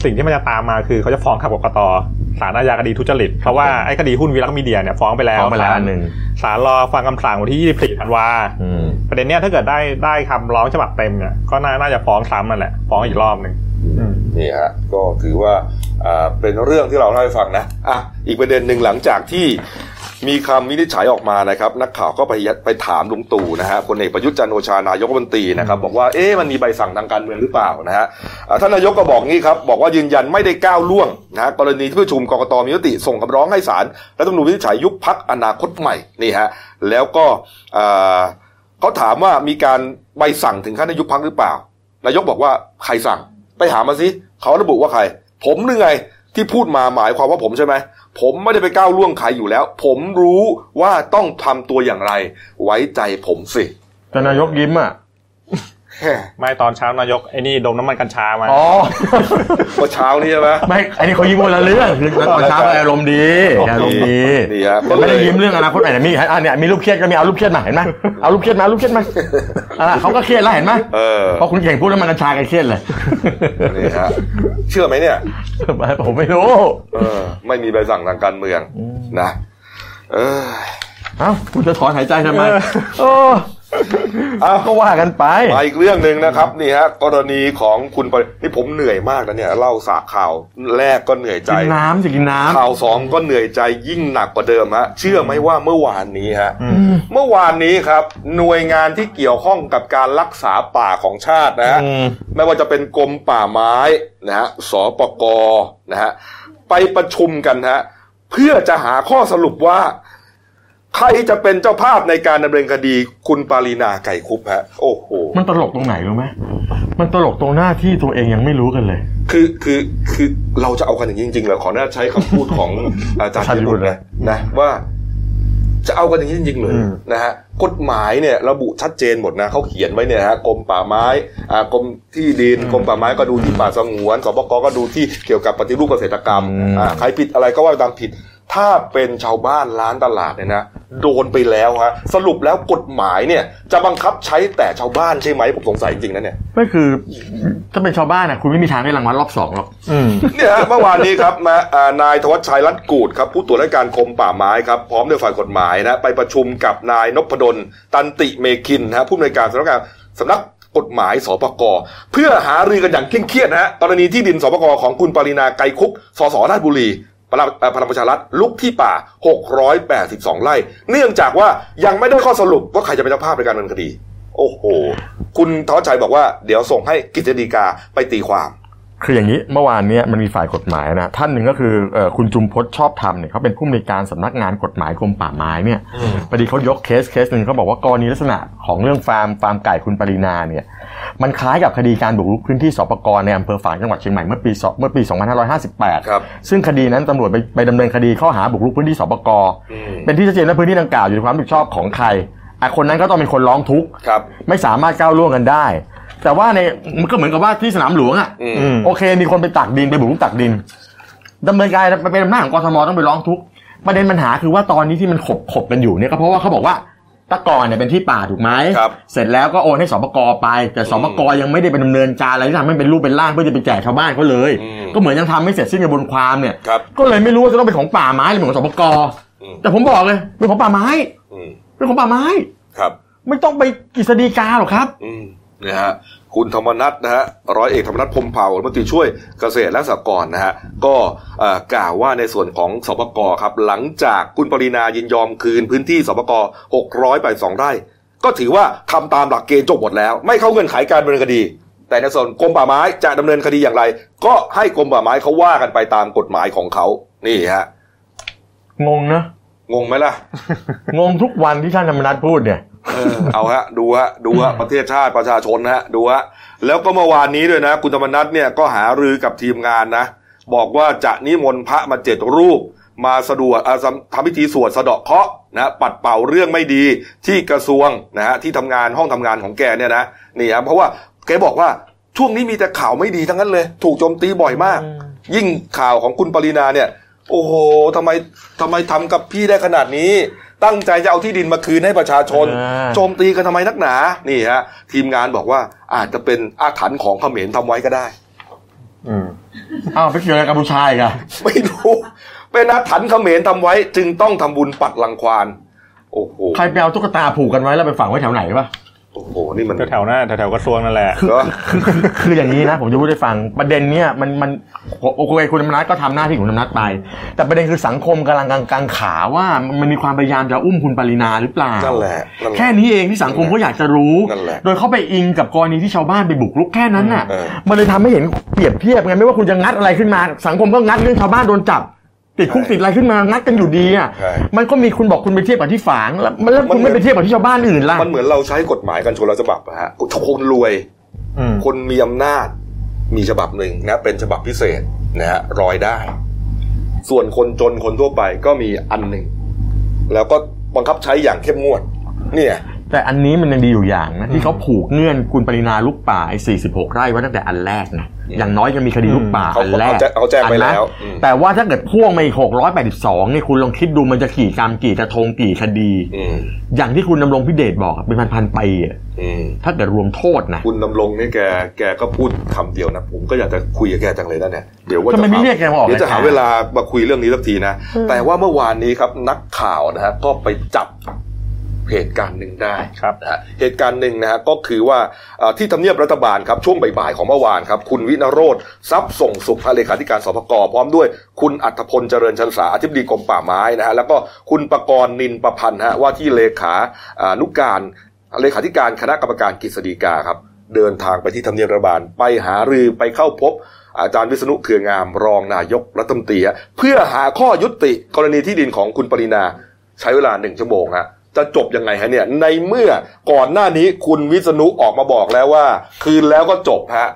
สิ่งที่มันจะตามมาคือเขาจะฟ้องขับกกต.ศาลอาญาคดีทุจริตเพราะว่าไอ้คดีหุ้นวีลักษณ์มีเดียเนี่ยฟ้องไปแล้วฟ้องไปแล้วอันนึงศาลรอฟังคำสั่งวันที่ยี่สิบสี่ธันวาคมประเด็นเนี้ยถ้าเกิดได้ได้คำร้องฉบับเต็มเนี่ยก็น่าจะฟ้องซ้ำนั่นแหละฟ้องอีกรอบนึงนี่ฮะก็ถือว่าอ่าเป็นเรื่องที่เราเล่าให้ฟังนะอ่ะอีกประเด็นหนึ่งหลังจากที่มีคำวินิจฉัยออกมานะครับนักข่าวก็ไปไปถามลุงตู่นะฮะพลเอกประยุทธ์จันทร์โอชานายกรัฐมนตรีนะครับบอกว่าเอ๊ะมันมีใบสั่งทางการเมืองหรือเปล่านะฮะท่านนายกก็บอกงี้ครับบอกว่ายืนยันไม่ได้ก้าวล่วงนะกรณีที่ประชุมกกตมีมติส่งคำร้องให้ศาลรัฐธรรมนูญวินิจฉัยยุบพรรคอนาคตใหม่นี่ฮะแล้วก็เขาถามว่ามีการใบสั่งถึงขั้นยุบพรรคหรือเปล่านายกบอกว่าใครสั่งไปหามาสิเขาระบุว่าใครผมหรือไงที่พูดมาหมายความว่าผมใช่ไหมผมไม่ได้ไปก้าวล่วงใครอยู่แล้วผมรู้ว่าต้องทำตัวอย่างไรไว้ใจผมสิแต่นายกยิ้มอ่ะไม่ตอนเช้านายกไอ้นี่ดมน้ำมันกัญชามาอ๋อเมื่อเช้านี้ใช่ไหมไม่ไอ้นี่เขายิ้มคนละเรื่องคือตอนเช้าอารมณ์ดีอารมณ์ดีนี่ครับไม่ได้ยิ้มเรื่องอนาคตไหนมีอ่ะเนี่ยมีรูปเครียดก็มีเอารูปเครียดมาเห็นไหมเอารูปเครียดมารูปเครียดมาอ่ะเขาก็เครียดแล้วเห็นไหมเพราะคุณเก่งพูดน้ำมันกัญชากันเครียดเลยนี่ฮะเชื่อไหมเนี่ยผมไม่รู้เออไม่มีใบสั่งทางการเมืองนะเออเอ้าคุณจะถอนหายใจทำไมโอ้เอาก็ว่ากันไปมาอีกเรื่องนึงนะครับนี่ฮะกรณีของคุณนี่ผมเหนื่อยมากนะเนี่ยเล่าสาข่าวแรกก็เหนื่อยใจกินน้ำสิกินน้ำข่าวสองก็เหนื่อยใจยิ่งหนักกว่าเดิมฮะเชื่อไหมว่าเมื่อวานนี้ฮะเมื่อวานนี้ครับหน่วยงานที่เกี่ยวข้องกับการรักษาป่าของชาตินะฮะไม่ว่าจะเป็นกรมป่าไม้นะฮะสปก.นะฮะไปประชุมกันฮะเพื่อจะหาข้อสรุปว่าใครจะเป็นเจ้าภาพในการดำเนินคดีคุณปารีนาไก่คุบฮะโอ้โหมันตลกตรงไหนรู้ไหมมันตลกตรงหน้าที่ตัวเองยังไม่รู้กันเลยคือคือคือเราจะเอากันอย่างนี้จริงๆเหรอขออนุญาตใช้คำพูดของอาจารย์พิบูลนะนะว่าจะเอากันอย่างนี้จริงๆเลยนะฮะกฎหมายเนี่ยระบุชัดเจนหมดนะเขาเขียนไว้เนี่ยฮะกรมป่าไม้อ่ากรมที่ดินกรมป่าไม้ก็ดูที่ป่าสงวนสปก.ก็ดูที่เกี่ยวกับปฏิรูปเกษตรกรรมอ่าใครผิดอะไรก็ว่าตามผิดถ้าเป็นชาวบ้านร้านตลาดเนี่ยนะโดนไปแล้วฮะสรุปแล้วกฎหมายเนี่ยจะบังคับใช้แต่ชาวบ้านใช่ไหมผมสงสัยจริงนะเนี่ยไม่คือถ้าเป็นชาวบ้านนะคุณไม่มีทางได้รางวัลรอบสองหรอกเนี่ยฮะเมื่อวานนี้ครับมานายธวัชชัยรัตน์กูดครับผู้ตรวจราชการกรมป่าไม้ครับพร้อมด้วยฝ่ายกฎหมายนะไปประชุมกับนายนพดลตันติเมคินนะฮะผู้อำนวยการสำนักงานสำนักกฎหมายสปก.เพื่อหารือกันอย่างเคร่งเครียดนะฮะกรณีที่ดินสปก.ของคุณปารีนาไกรคุบสสราชบุรีพลังประชารัฐลุกที่ป่าหกร้อยแปดสิบสองไร่เนื่องจากว่ายังไม่ได้ข้อสรุปว่าใครจะเป็นเจ้าภาพในการดำเนินคดีโอ้โหคุณธวัชชัยบอกว่าเดี๋ยวส่งให้กฤษฎีกาไปตีความคืออย่างนี้เมื่อวานนี้มันมีฝ่ายกฎหมายนะท่านหนึ่งก็คือคุณจุมพจน์ชอบธรรมเนี่ยเขาเป็นผู้อำนวยการสำนักงานกฎหมายกรมป่าไม้เนี่ยพอดีเขายกเคสเคสหนึ่งเขาบอกว่ากรณีลักษณะของเรื่องฟาร์มฟาร์มไก่คุณปรินาเนี่ยมันคล้ายกับคดีการบุกรุกพื้นที่สปก.ในอำเภอฝางจังหวัดเชียงใหม่เมื่อปีเมื่อปีสองพันห้าร้อยห้าสิบแปดซึ่งคดีนั้นตำรวจไปไปดำเนินคดีข้อหาบุกรุกพื้นที่สปก.เป็นที่ชัดเจนว่าพื้นที่ดังกล่าวอยู่ในความรับผิดชอบของใครอ่ะคนนั้นก็ต้องเป็นคนร้องทุกข์ไม่สามารถก้าวล่วงกันได้แต่ว่าในมันก็เหมือนกับว่าที่สนามหลวงอ่ะโอเคมีคนไปตักดินไปบุกรุกตักดินดำเนินการไปเป็นอำนาจของกทมต้องไปร้องทุกข์ประเด็นปัญหาคือว่าตอนนี้ที่มันขบขบกันอยู่เนี่ยก็เพราะว่าเขาบอกว่าตะกอนเนี่ยเป็นที่ป่าถูกไหมเสร็จแล้วก็โอนให้สปก.ไปแต่สปก.ยังไม่ได้ไปดำเนินการอะไรที่ทำให้เป็นรูปเป็นร่างเพื่อจะไปแจกชาวบ้านเขาเลยก็เหมือนยังทำไม่เสร็จสิ้นกระบวนความเนี่ยก็เลยไม่รู้ว่าจะต้องเป็นของป่าไม้หรือของสปก.แต่ผมบอกเลยเป็นของป่าไม้เป็นของป่าไม้ครับไม่ต้องไปกฤษฎีกาหรอกครับนะฮะคุณธรรมนัสนะฮะร้อยเอกธรรมนัสพรหมเผ่ารัฐมนตรีช่วยเกษตรและสหกรณ์นะฮะก็กล่าวว่าในส่วนของสปก.ครับหลังจากคุณปรินายินยอมคืนพื้นที่สปก.หกร้อยแปดสิบสองไร่ก็ถือว่าทำตามหลักเกณฑ์จบหมดแล้วไม่เข้าเงื่อนไขการดำเนินคดีแต่ในส่วนกรมป่าไม้จะดำเนินคดีอย่างไรก็ให้กรมป่าไม้เขาว่ากันไปตามกฎหมายของเขานี่ฮะงงนะงงไหมล่ะงงทุกวันที่ท่านธรรมนัสพูดเนี่ยเออเอาฮะดูฮะดูฮะประเทศชาติประชาชนฮะดูฮะแล้วก็เมื่อวานนี้ด้วยนะคุณธรรมนัสเนี่ยก็หารือกับทีมงานนะบอกว่าจะนิมนต์พระมาเจ็ดรูปมาสะดวกทำพิธีสวดสะเดาะเคราะห์นะปัดเป่าเรื่องไม่ดีที่กระทรวงนะฮะที่ทำงานห้องทำงานของแกเนี่ยนะนี่ครับเพราะว่าแกบอกว่าช่วงนี้มีแต่ข่าวไม่ดีทั้งนั้นเลยถูกโจมตีบ่อยมากยิ่งข่าวของคุณปรินาเนี่ยโอ้โหทำไมทำไมทำกับพี่ได้ขนาดนี้ตั้งใจจะเอาที่ดินมาคืนให้ประชาชนโจมตีกันทำไมนักหนานี่ฮะทีมงานบอกว่าอาจจะเป็นอาถรรพ์ของเขมรทำไว้ก็ได้อ้าวไปเกี่ยวอะไรกับกัมพูชาอีกอะไม่รู้เป็นอาถรรพ์เขมรทำไว้จึงต้องทำบุญปัดรังควานโอ้โหใครไปเอาตุ๊กตาผูกกันไว้แล้วไปฝังไว้แถวไหนปะโอ้โหนี่มันแถวๆหน้าแถวๆกระทรวงนั่นแหละคือคือคืออย่างนี้นะผมจะพูดให้ฟังประเด็นเนี้ยมันมันโอเคคุณธรรมนัสก็ทำหน้าที่ของธรรมนัสไปแต่ประเด็นคือสังคมกำลังกังขาว่ามันมีความพยายามจะอุ้มคุณปรินาหรือเปล่านั่นแหละแค่นี้เองที่สังคมก็อยากจะรู้โดยเขาไปอิงกับกรณีที่ชาวบ้านไปบุกรุกแค่นั้นน่ะมันเลยทำให้เห็นเปรียบเทียบไงไม่ว่าคุณจะงัดอะไรขึ้นมาสังคมก็งัดเรื่องชาวบ้านโดนจับติดคุกติดอะไรขึ้นมางัดกันอยู่ดีอ่ะมันก็มีคุณบอกคุณไปเทียบกับที่ฝางแล้วแล้วคุณไม่ไปเทียบกับที่ชาวบ้านอื่นล่ะมันเหมือนเราใช้กฎหมายกันชนละฉบับอะฮะคนรวยคนมีอำนาจมีฉบับหนึ่งนะเป็นฉบับพิเศษนะฮะรอยได้ส่วนคนจนคนทั่วไปก็มีอันหนึ่งแล้วก็บังคับใช้อย่างเข้มงวดเนี่ยแต่อันนี้มันยังดีอยู่อย่างนะที่เขาผูกเงื่อนคุณปรินาลุกป่าไอ้สี่สิบหกไร่ไว้ตั้งแต่อันแรกนะอย่างน้อยยังมีคดีลุกป่าอันแรกเอาแจ้งไปแล้วแต่ว่าถ้าเกิดพ่วงมาอีกหกร้อยแปดสิบสองนี่คุณลองคิดดูมันจะกี่กรรมกี่กระทงกี่คดีอย่างที่คุณดำรงพิเดชบอกเป็นพันๆปีอ่ะถ้าเกิดรวมโทษนะคุณดำรงนี่แกแกก็พูดคำเดียวนะผมก็อยากจะคุยกับแกจังเลยนะเนี่ยเดี๋ยวว่าจะไม่เรียกแกมาออกเดี๋ยวจะหาเวลามาคุยเรื่องนี้สักทีนะแต่ว่าเมื่อวานนี้ครับนักข่าวนะฮะก็ไปจับเหตุการณ์หนึ่งได้นะฮะเหตุการณ์หนึ่งนะฮะก็คือว่าที่ทำเนียบรัฐบาลครับช่วงบ่ายๆของเมื่อวานครับคุณวินโรจน์ทรัพย์ส่งสุขเลขาธิการสปก.พร้อมด้วยคุณอัธพลเจริญชันษาอธิบดีกรมป่าไม้นะฮะแล้วก็คุณประกรณ์นินประพันธ์ฮะว่าที่เลขานุการเลขาธิการคณะกรรมการกฤษฎีกาครับเดินทางไปที่ทำเนียบรัฐบาลไปหารือไปเข้าพบอาจารย์วิษณุเครืองามรองนายกรัฐมนตรีเพื่อหาข้อยุติกรณีที่ดินของคุณปรินาใช้เวลาหนึ่งชั่วโมงฮะจะจบยังไงฮะเนี่ยในเมื่อก่อนหน้านี้คุณวิษณุออกมาบอกแล้วว่าคืนแล้วก็จบฮะ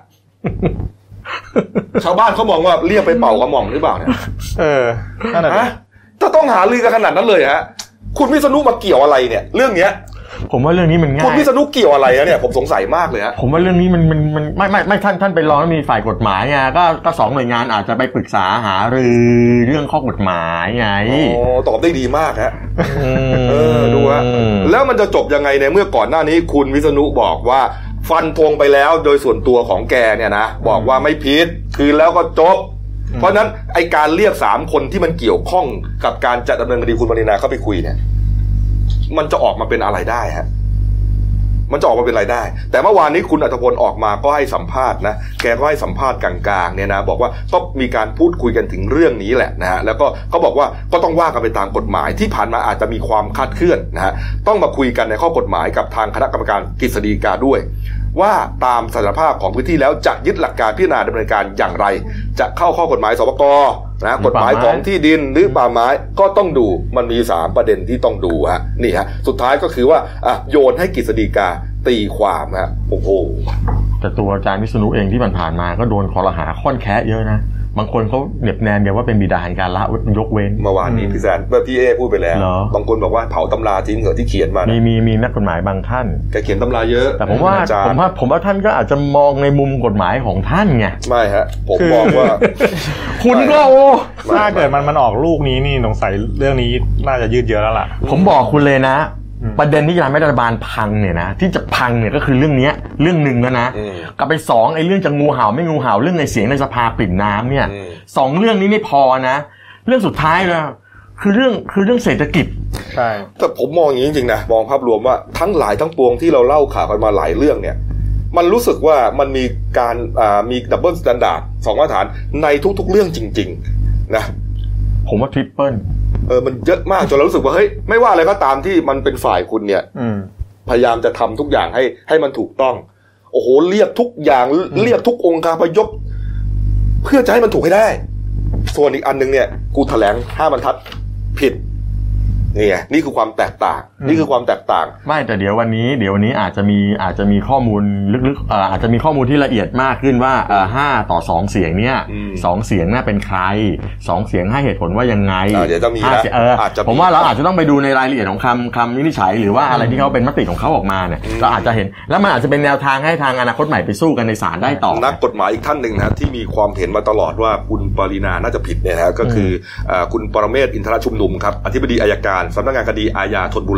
ชาวบ้านเขามองว่าเรียกไปเป่ากระหม่อมหรือเปล่าเนี่ยเออนั่นแหละถ้าต้องหาลือกันขนาดนั้นเลยฮะคุณวิษณุมาเกี่ยวอะไรเนี่ยเรื่องเนี้ยผมว่าเรื่องนี้มันง่ายคุณวิษณุเกี่ยวอะไรนะเนี่ยผมสงสัยมากเลยฮะผมว่าเรื่องนี้มันมันมันไม่ไม่ไม่ท่านท่านไปรอแล้วมีฝ่ายกฎหมายไงก็ก็สองหน่วยงานอาจจะไปปรึกษาหารือเรื่องข้อกฎหมายไงโอ้ตอบได้ดีมากฮะเออดูฮะแล้วมันจะจบยังไงในเมื่อก่อนหน้านี้คุณวิษณุบอกว่าฟันธงไปแล้วโดยส่วนตัวของแกเนี่ยนะบอกว่าไม่ผิดคืนแล้วก็จบเพราะนั้นไอการเรียกสามคนที่มันเกี่ยวข้องกับการจะดำเนินคดีคุณปรินาเข้าไปคุยเนี่ยมันจะออกมาเป็นอะไรได้ฮะมันจะออกมาเป็นอะไรได้แต่เมื่อวานนี้คุณอัธพลออกมาก็ให้สัมภาษณ์นะแกก็ให้สัมภาษณ์กลางๆเนี่ยนะบอกว่าก็มีการพูดคุยกันถึงเรื่องนี้แหละนะฮะแล้วก็เขาบอกว่าก็ต้องว่ากันไปตามกฎหมายที่ผ่านมาอาจจะมีความคลาดเคลื่อนนะฮะต้องมาคุยกันในข้อกฎหมายกับทางคณะกรรมการกฤษฎีกาด้วยว่าตามสถานภาพของพื้นที่แล้วจะยึดหลักการพิจารณาดำเนินการอย่างไรจะเข้าข้อกฎหมายสปก.นะกฎหมายของที่ดินหรือป่าไม้ก็ต้องดูมันมีสามประเด็นที่ต้องดูฮะนี่ฮะสุดท้ายก็คือว่าอ่ะโยนให้กฤษฎีกาตีความฮะโอ้โหแต่ตัวอาจารย์วิษณุเองที่ผ่านๆมาก็โดนคอรหาค่อนแคะเยอะนะบางคนเขาเหน็บแนมกันว่าเป็นบิดาแห่งการละยกเว้นเมื่อวานนี้พี่แซนเมื่อพี่เอพูดไปแล้วบางคนบอกว่าเผาตำราทิ้งเหรอที่เขียนมามีมีมีนักกฎหมายบางท่านแกเขียนตำราเยอะแต่ผมว่าผมว่าผมว่าท่านก็อาจจะมองในมุมกฎหมายของท่านไงไม่ฮะผมมองว่าคุณก็โอ้ถ้าเกิดมันมันออกลูกนี้นี่สงสัยเรื่องนี้น่าจะยืดเยื้อแล้วล่ะผมบอกคุณเลยนะประเด็นที่จะทำให้รัฐบาลพังเนี่ยนะที่จะพังเนี่ยก็คือเรื่องนี้เรื่องหนึ่งแล้วนะกับไปสองไอ้เรื่องจะงูเห่าไม่งูเห่าเรื่องในเสียงในสภาปริ่มน้ำเนี่ยสองเรื่องนี้ไม่พอนะเรื่องสุดท้ายนะคือเรื่องคือเรื่องเศรษฐกิจใช่แต่ผมมองอย่างนี้จริงๆนะมองภาพรวมว่าทั้งหลายทั้งปวงที่เราเล่าข่าวกันมาหลายเรื่องเนี่ยมันรู้สึกว่ามันมีการอ่ามีดับเบิลสแตนดาร์ดสองมาตรฐานในทุกๆเรื่องจริงๆนะผมว่าทริปเปิลเออมันเยอะมากจนเรารู้สึกว่าเฮ้ยไม่ว่าอะไรก็ตามที่มันเป็นฝ่ายคุณเนี่ยพยายามจะทำทุกอย่างให้ให้มันถูกต้องโอ้โหเรียกทุกอย่างเรียกทุกองค์การพยพเพื่อจะให้มันถูกให้ได้ส่วนอีกอันนึงเนี่ยกูแถลงห้าบรรทัดผิดนี่ไงนี่คือความแตกต่างนี่คือความแตกต่างไม่แต่เดี๋ยววันนี้เดี๋ยววันนี้อาจจะมีอาจจะมีข้อมูลลึกๆเอ่ออาจจะมีข้อมูลที่ละเอียดมากขึ้นว่าเอ่อห้าต่อสองเสียงเนี่ยสองเสียงน่ะเป็นใครสองเสียงให้เหตุผลว่ายังไงเดี๋ยวจะมีนะเออผมว่าเราอาจจะต้องไปดูในรายละเอียดของคำคำวินิจฉัยหรือว่าอะไรที่เขาเป็นมติของเขาออกมาเนี่ยเราอาจจะเห็นแล้วมันอาจจะเป็นแนวทางให้ทางอนาคตใหม่ไปสู้กันในศาลได้ต่อนักกฎหมายอีกท่านนึงนะที่มีความเห็นมาตลอดว่าคุณปรินาน่าจะผิดเนี่ยนะก็คือคุณปรเมศวร์อินทรชุมนุมครับอธิบดีอัยการสำนักงานคดีอาญาธนบุรี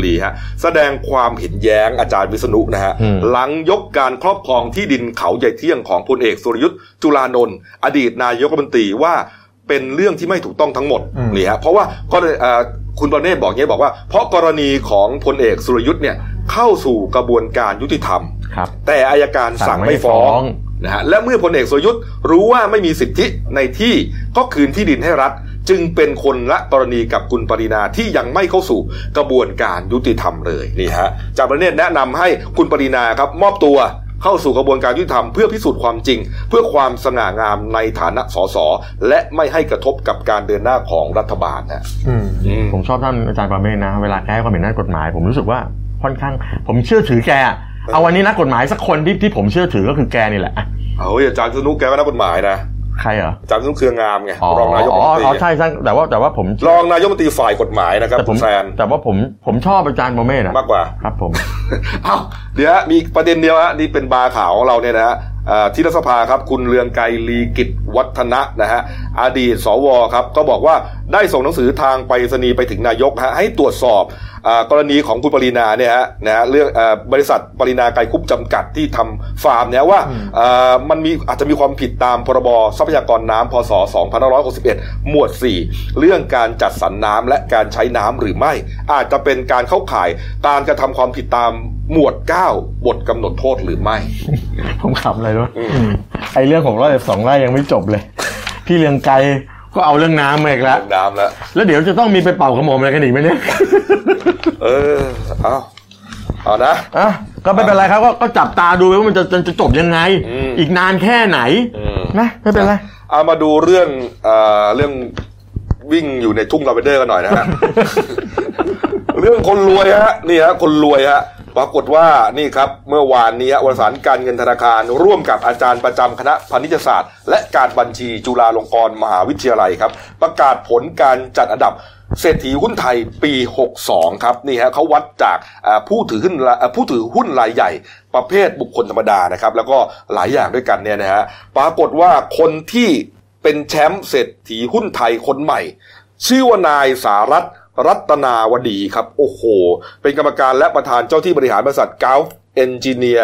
รีฮะแสดงความเห็นแย้งอาจารย์วิษณุนะฮะหลังยกการครอบครองที่ดินเขาใหญ่เที่ยงของพลเอกสุรยุทธ์จุลานนท์อดีตนายกรัฐมนตรีว่าเป็นเรื่องที่ไม่ถูกต้องทั้งหมดนี่ฮะเพราะว่าก็คุณประเนศบอกอย่างนี้บอกว่าเพราะกรณีของพลเอกสุรยุทธ์เนี่ยเข้าสู่กระบวนการยุติธรรมแต่อัยการสั่งไม่ฟ้องนะฮะและเมื่อพลเอกสุรยุทธ์รู้ว่าไม่มีสิทธิในที่ก็คืนที่ดินให้รัฐจึงเป็นคนละกรณีกับคุณปรินาที่ยังไม่เข้าสู่กระบวนการยุติธรรมเลยนี่ฮะอาจารย์ประเนศแนะนำให้คุณปรินาครับมอบตัวเข้าสู่กระบวนการยุติธรรมเพื่อพิสูจน์ความจริงเพื่อความสง่างามในฐานะสสและไม่ให้กระทบกับการเดินหน้าของรัฐบาลนะผมชอบท่านอาจารย์ประเมศนะเวลาแก้ความเห็นด้านกฎหมายผมรู้สึกว่าค่อนข้างผมเชื่อถือแกเอาวันนี้นักกฎหมายสักคนที่ที่ผมเชื่อถือก็คือแกนี่แหละเอาอาจารย์สนุกแกเป็นนักกฎหมายนะใครเหรออาจารย์สนุกเครืองามไงรองนายกรัฐมนตรีอ๋อใช่ใช่แต่ว่าแต่ว่าผมรองนายกรัฐมนตรีฝ่ายกฎหมายนะครับคุณแซนแต่ว่าผมผมชอบอาจารย์ประเมศมากกว่าครับผมเอ้าเดี๋ยวมีประเด็นเดียวฮะนี่เป็นบาร์ข่าวของเราเนี่ยนะฮะที่รัฐสภาครับคุณเรืองไกรลีกิจวัฒนะนะฮะอดีตสวครับก็บอกว่าได้ส่งหนังสือทางไปรษณีย์ไปถึงนายกฮะให้ตรวจสอบกรณีของคุณปรินาเนี่ยฮะนะฮะเรื่องบริษัทปรินาไกรคุปจำกัดที่ทำฟาร์มเนี่ยว่ามันมีอาจจะมีความผิดตามพรบทรัพยากรน้ำพ.ศ. สองพันห้าร้อยหกสิบเอ็ดหมวดสี่เรื่องการจัดสรรน้ำและการใช้น้ำหรือไม่อาจจะเป็นการเข้าข่ายการกระทำความผิดตามหมวดเก้าบทกำหนดโทษหรือไม่ผมขำอะไรด้วยไอเรื่องของร้อยสองไร่ยังไม่จบเลยพี่เรืองไกรก็เอาเรื่องน้ำมาอีกแล้วน้ำแล้วแล้วเดี๋ยวจะต้องมีไปเป่ากระหม่อมอะไรกันอีกไหมเนี่ยเออเอาเอานะอ่ะก็ไม่เป็นไรครับก็จับตาดูว่ามันจะจะจบยังไงอีกนานแค่ไหนนะไม่เป็นไรเอามาดูเรื่องเอ่อเรื่องวิ่งอยู่ในทุ่งลาเวนเดอร์กันหน่อยนะฮะเรื่องคนรวยฮะนี่ฮะคนรวยฮะปรากฏว่านี่ครับเมื่อวานนี้วารสารการเงินธนาคารร่วมกับอาจารย์ประจำคณะพาณิชยศาสตร์และการบัญชีจุฬาลงกรณ์มหาวิทยาลัยครับประกาศผลการจัดอันดับเศรษฐีหุ้นไทยปีหกสิบสองครับนี่ฮะเขาวัดจากผู้ถือหุ้นผู้ถือหุ้นรายใหญ่ประเภทบุคคลธรรมดานะครับแล้วก็หลายอย่างด้วยกันเนี่ยนะฮะปรากฏว่าคนที่เป็นแชมป์เศรษฐีหุ้นไทยคนใหม่ชื่อว่านายสารัตน์รัตนาวดีครับโอ้โหเป็นกรรมการและประธานเจ้าที่บริหารบริษัท Gulf Engineer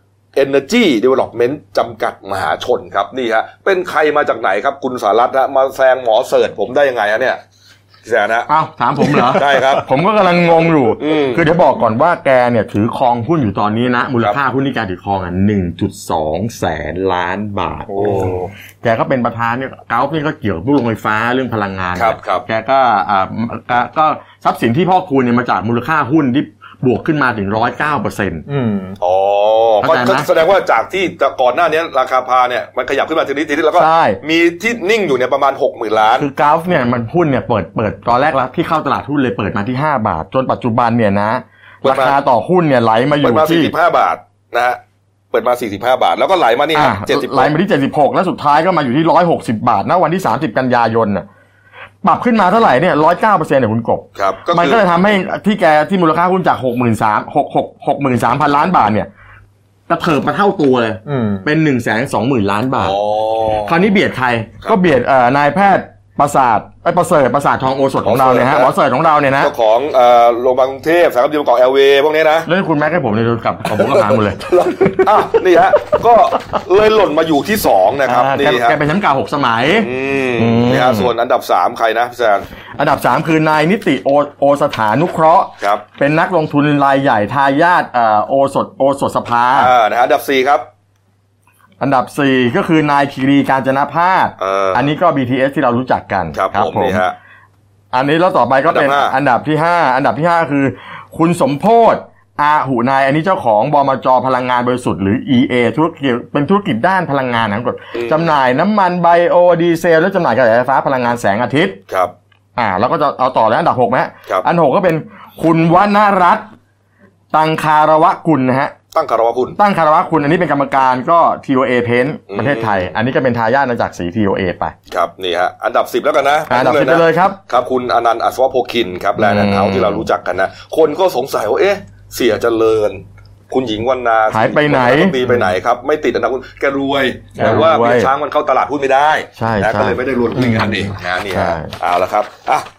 Energy Development จำกัดมหาชนครับนี่ฮะเป็นใครมาจากไหนครับคุณสารัตน์ฮะมาแซงหมอเสิร์ชผมได้ยังไงฮะเนี่ยแซงนะอ้าวถามผมเหรอใช่ครับผมก็กำลังงงอยู่คือเดี๋ยวบอกก่อนว่าแกเนี่ยถือครองหุ้นอยู่ตอนนี้นะมูลค่าหุ้นที่แกถือครองอ่ะ หนึ่งจุดสอง แสนล้านบาทโอ้แกก็เป็นประธานเนี่ยเกานี่ก็เกี่ยวกับโรงไฟฟ้าเรื่องพลังงานแกก็อ่าก็ทรัพย์สินที่พ่อคูณเนี่ยมาจากมูลค่าหุ้นที่บวกขึ้นมาถึง หนึ่งร้อยเก้าเปอร์เซ็นต์อืมอ๋อก็แสดงว่าจากที่ก่อนหน้านี้ราคาพาเนี่ยมันขยับขึ้นมาทีนี้ทีนี้แล้วก็มีที่นิ่งอยู่เนี่ยประมาณ หกหมื่น ล้านคือกราฟเนี่ยมันหุ้นเนี่ยเปิดเปิดตอนแรกแล้วที่เข้าตลาดหุ้นเลยเปิดมาที่ห้าบาทจนปัจจุบันเนี่ยนะราคาต่อหุ้นเนี่ยไหลมาอยู่ที่สี่สิบห้าบาทนะฮะเปิดมาสี่สิบห้าบาทแล้วก็ไหลมานี่ฮะเจ็ดสิบไหลมาที่เจ็ดสิบหกแล้วสุดท้ายก็มาอยู่ที่หนึ่งร้อยหกสิบบาทณวันที่สามสิบกันยายนน่ะปรับขึ้นมาเท่าไหร่เนี่ย หนึ่งร้อยเก้าเปอร์เซ็นต์ เนี่ยคุณกบครับมันก็เลยทำให้ที่แกที่มูลค่าหุ้นจาก หกหมื่นสามพัน หกหมื่นสามพัน ล้านบาทเนี่ยกระเถิบมาเท่าตัวเลยเป็น หนึ่งแสนสองหมื่น ล้านบาทคราวนี้เบียดใครก็เบียดเอ่อนายแพทย์ประสาทไอ้ประเสริฐประสาททองโอสถของเราเนี่ยฮะหมอเสริฐของเราเนี่ยนะเจ้าของเอ่อโรงพยาบาลกรุงเทพสายการบินบางกอกแอร์เวย์พวกนี้นะแล้วคุณแม็กให้ผมเนี่ยกลับผมก็หาหมดเลยอ่ะนี่ฮะก็เลยหล่นมาอยู่ที่สองนะครับนี่ฮะแกเป็นแชมป์เก่าหกสมัยอืมนี่ฮะส่วนอันดับสามใครนะพี่แซนอันดับสามคือนายนิติโอโอสถานุเคราะห์ครับเป็นนักลงทุนรายใหญ่ทายาทเอ่อโอสถโอสถสภาอ่านะฮะอันดับสี่ครับอันดับสี่ก็คือนายคีรีกาญจนภาสอันนี้ก็ บี ที เอส ที่เรารู้จักกันครับผมนี่ฮะอันนี้แล้วต่อไปก็เป็นอันดับที่ห้าอันดับที่ห้าคือคุณสมโพธิ์อาหุนายอันนี้เจ้าของบมจ.พลังงานบริสุทธิ์หรือ อี เอ ธุรกิจเป็นธุรกิจด้านพลังงานนะครับจำหน่ายน้ำมันไบโอดีเซลและจำหน่ายกระแสไฟฟ้าพลังงานแสงอาทิตย์ครับอ่าแล้วก็จะเอาต่อแล้วอันดับหกมั้ยอันหกก็เป็นคุณวนรัตน์ตังคารวกุลนะฮะตั้งคารวะคุณตั้งคารวะคุณอันนี้เป็นกรรมการก็ ที โอ เอ Paint ประเทศไทยอันนี้ก็เป็นทายาทมาจากสี ที โอ เอ ไปครับนี่ฮะอันดับสิบแล้วกันนะอันดับสิบไปเลยครับครับคุณอนันต์อัศวโภคินครับแลนด์เฮาส์ที่เรารู้จักกันนะคนก็สงสัยว่าเอ๊ะเสียเจริญคุณหญิงวรรณาหายไปไหนดีไปไหนครับไม่ติดนะคุณแกรวยแต่ว่าเบี้ยช้างมันเข้าตลาดหุ้นไม่ได้นะก็เลยไม่ได้รวยหุ้นกันเองนะนี่ฮะเอาละครับอ่ะ